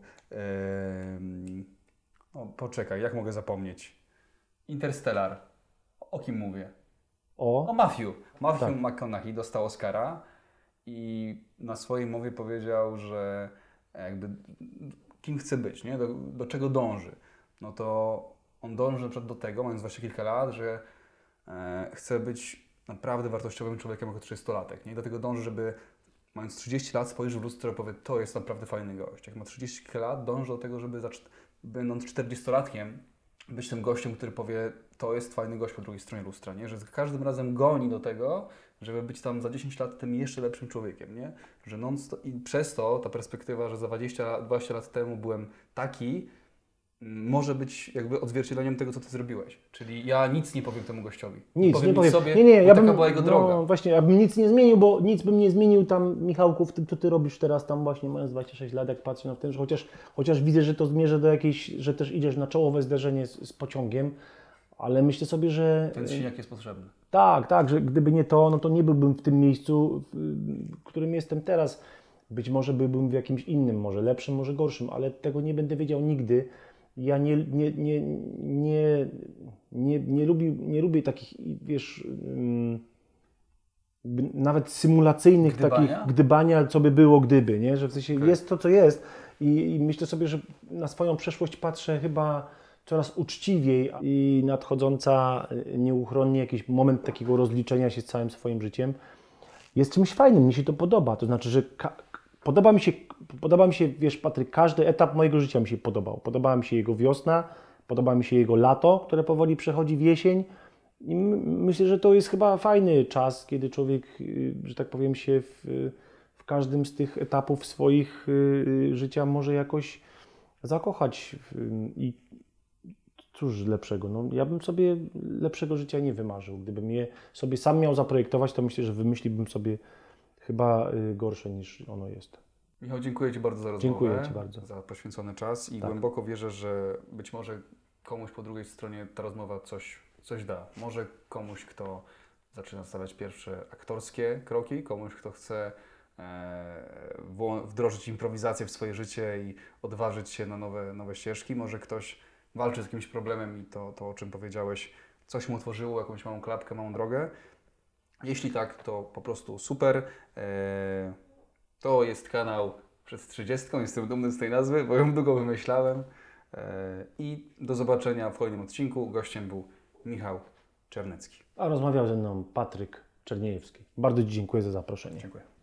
em, o, poczekaj, jak mogę zapomnieć? Interstellar. O kim mówię? O O, Matthew. Matthew Tak. McConaughey dostał Oscara i na swojej mowie powiedział, że jakby kim chce być, nie? Do, do czego dąży. No to on dąży na przykład do tego, mając właśnie kilka lat, że e, chce być naprawdę wartościowym człowiekiem jako trzydziestolatek. Nie? I do tego dąży, żeby mając trzydzieści lat spojrzy w lustro i powie, to jest naprawdę fajny gość. Jak ma trzydzieści kilka lat, dąży do tego, żeby zacz- będąc czterdziestolatkiem być tym gościem, który powie, to jest fajny gość po drugiej stronie lustra, nie? Że za każdym razem goni do tego, żeby być tam za dziesięć lat tym jeszcze lepszym człowiekiem, nie? Że non stop, i przez to ta perspektywa, że za dwadzieścia, dwadzieścia lat temu byłem taki, m, może być jakby odzwierciedleniem tego, co ty zrobiłeś. Czyli ja nic nie powiem temu gościowi. nic, powiem nie powiem. sobie, nie, nie, bo ja taka bym, była jego droga. No właśnie, ja bym nic nie zmienił, bo nic bym nie zmienił tam, Michałku, w tym, co Ty robisz teraz tam właśnie, mając dwadzieścia sześć lat, jak patrzę na ten, że chociaż, chociaż widzę, że to zmierza do jakiejś, że też idziesz na czołowe zderzenie z, z pociągiem, ale myślę sobie, że... Ten silniak jest potrzebny. Tak, tak, że gdyby nie to, no to nie byłbym w tym miejscu, w w którym jestem teraz. Być może byłbym w jakimś innym, może lepszym, może gorszym, ale tego nie będę wiedział nigdy. Ja nie, nie, nie, nie, nie, nie, lubię, nie lubię takich, wiesz, ym, nawet symulacyjnych Gdybania? takich gdybania, co by było gdyby, nie? Że w sensie Okej. jest to, co jest i, i myślę sobie, że na swoją przeszłość patrzę chyba coraz uczciwiej i nadchodząca nieuchronnie jakiś moment takiego rozliczenia się z całym swoim życiem jest czymś fajnym, mi się to podoba, to znaczy, że ka- podoba mi się, podoba mi się, wiesz Patryk, każdy etap mojego życia mi się podobał. Podobała mi się jego wiosna, podoba mi się jego lato, które powoli przechodzi w jesień i m- myślę, że to jest chyba fajny czas, kiedy człowiek, y, że tak powiem, się w, w każdym z tych etapów swoich y, życia może jakoś zakochać w- i cóż lepszego, no ja bym sobie lepszego życia nie wymarzył. Gdybym je sobie sam miał zaprojektować, to myślę, że wymyśliłbym sobie chyba y, gorsze niż ono jest. Michał, dziękuję Ci bardzo za rozmowę. Dziękuję Ci bardzo. Za poświęcony czas i Tak. głęboko wierzę, że być może komuś po drugiej stronie ta rozmowa coś, coś da. Może komuś, kto zaczyna stawiać pierwsze aktorskie kroki, komuś, kto chce e, wło- wdrożyć improwizację w swoje życie i odważyć się na nowe, nowe ścieżki. Może ktoś walczy z jakimś problemem i to, to, o czym powiedziałeś, coś mu otworzyło, jakąś małą klapkę, małą drogę. Jeśli tak, to po prostu super. E, To jest kanał przed trzydziestką, jestem dumny z tej nazwy, bo ją długo wymyślałem. E, I do zobaczenia w kolejnym odcinku. Gościem był Michał Czernecki. A rozmawiał ze mną Patryk Czerniejewski. Bardzo Ci dziękuję za zaproszenie. Dziękuję.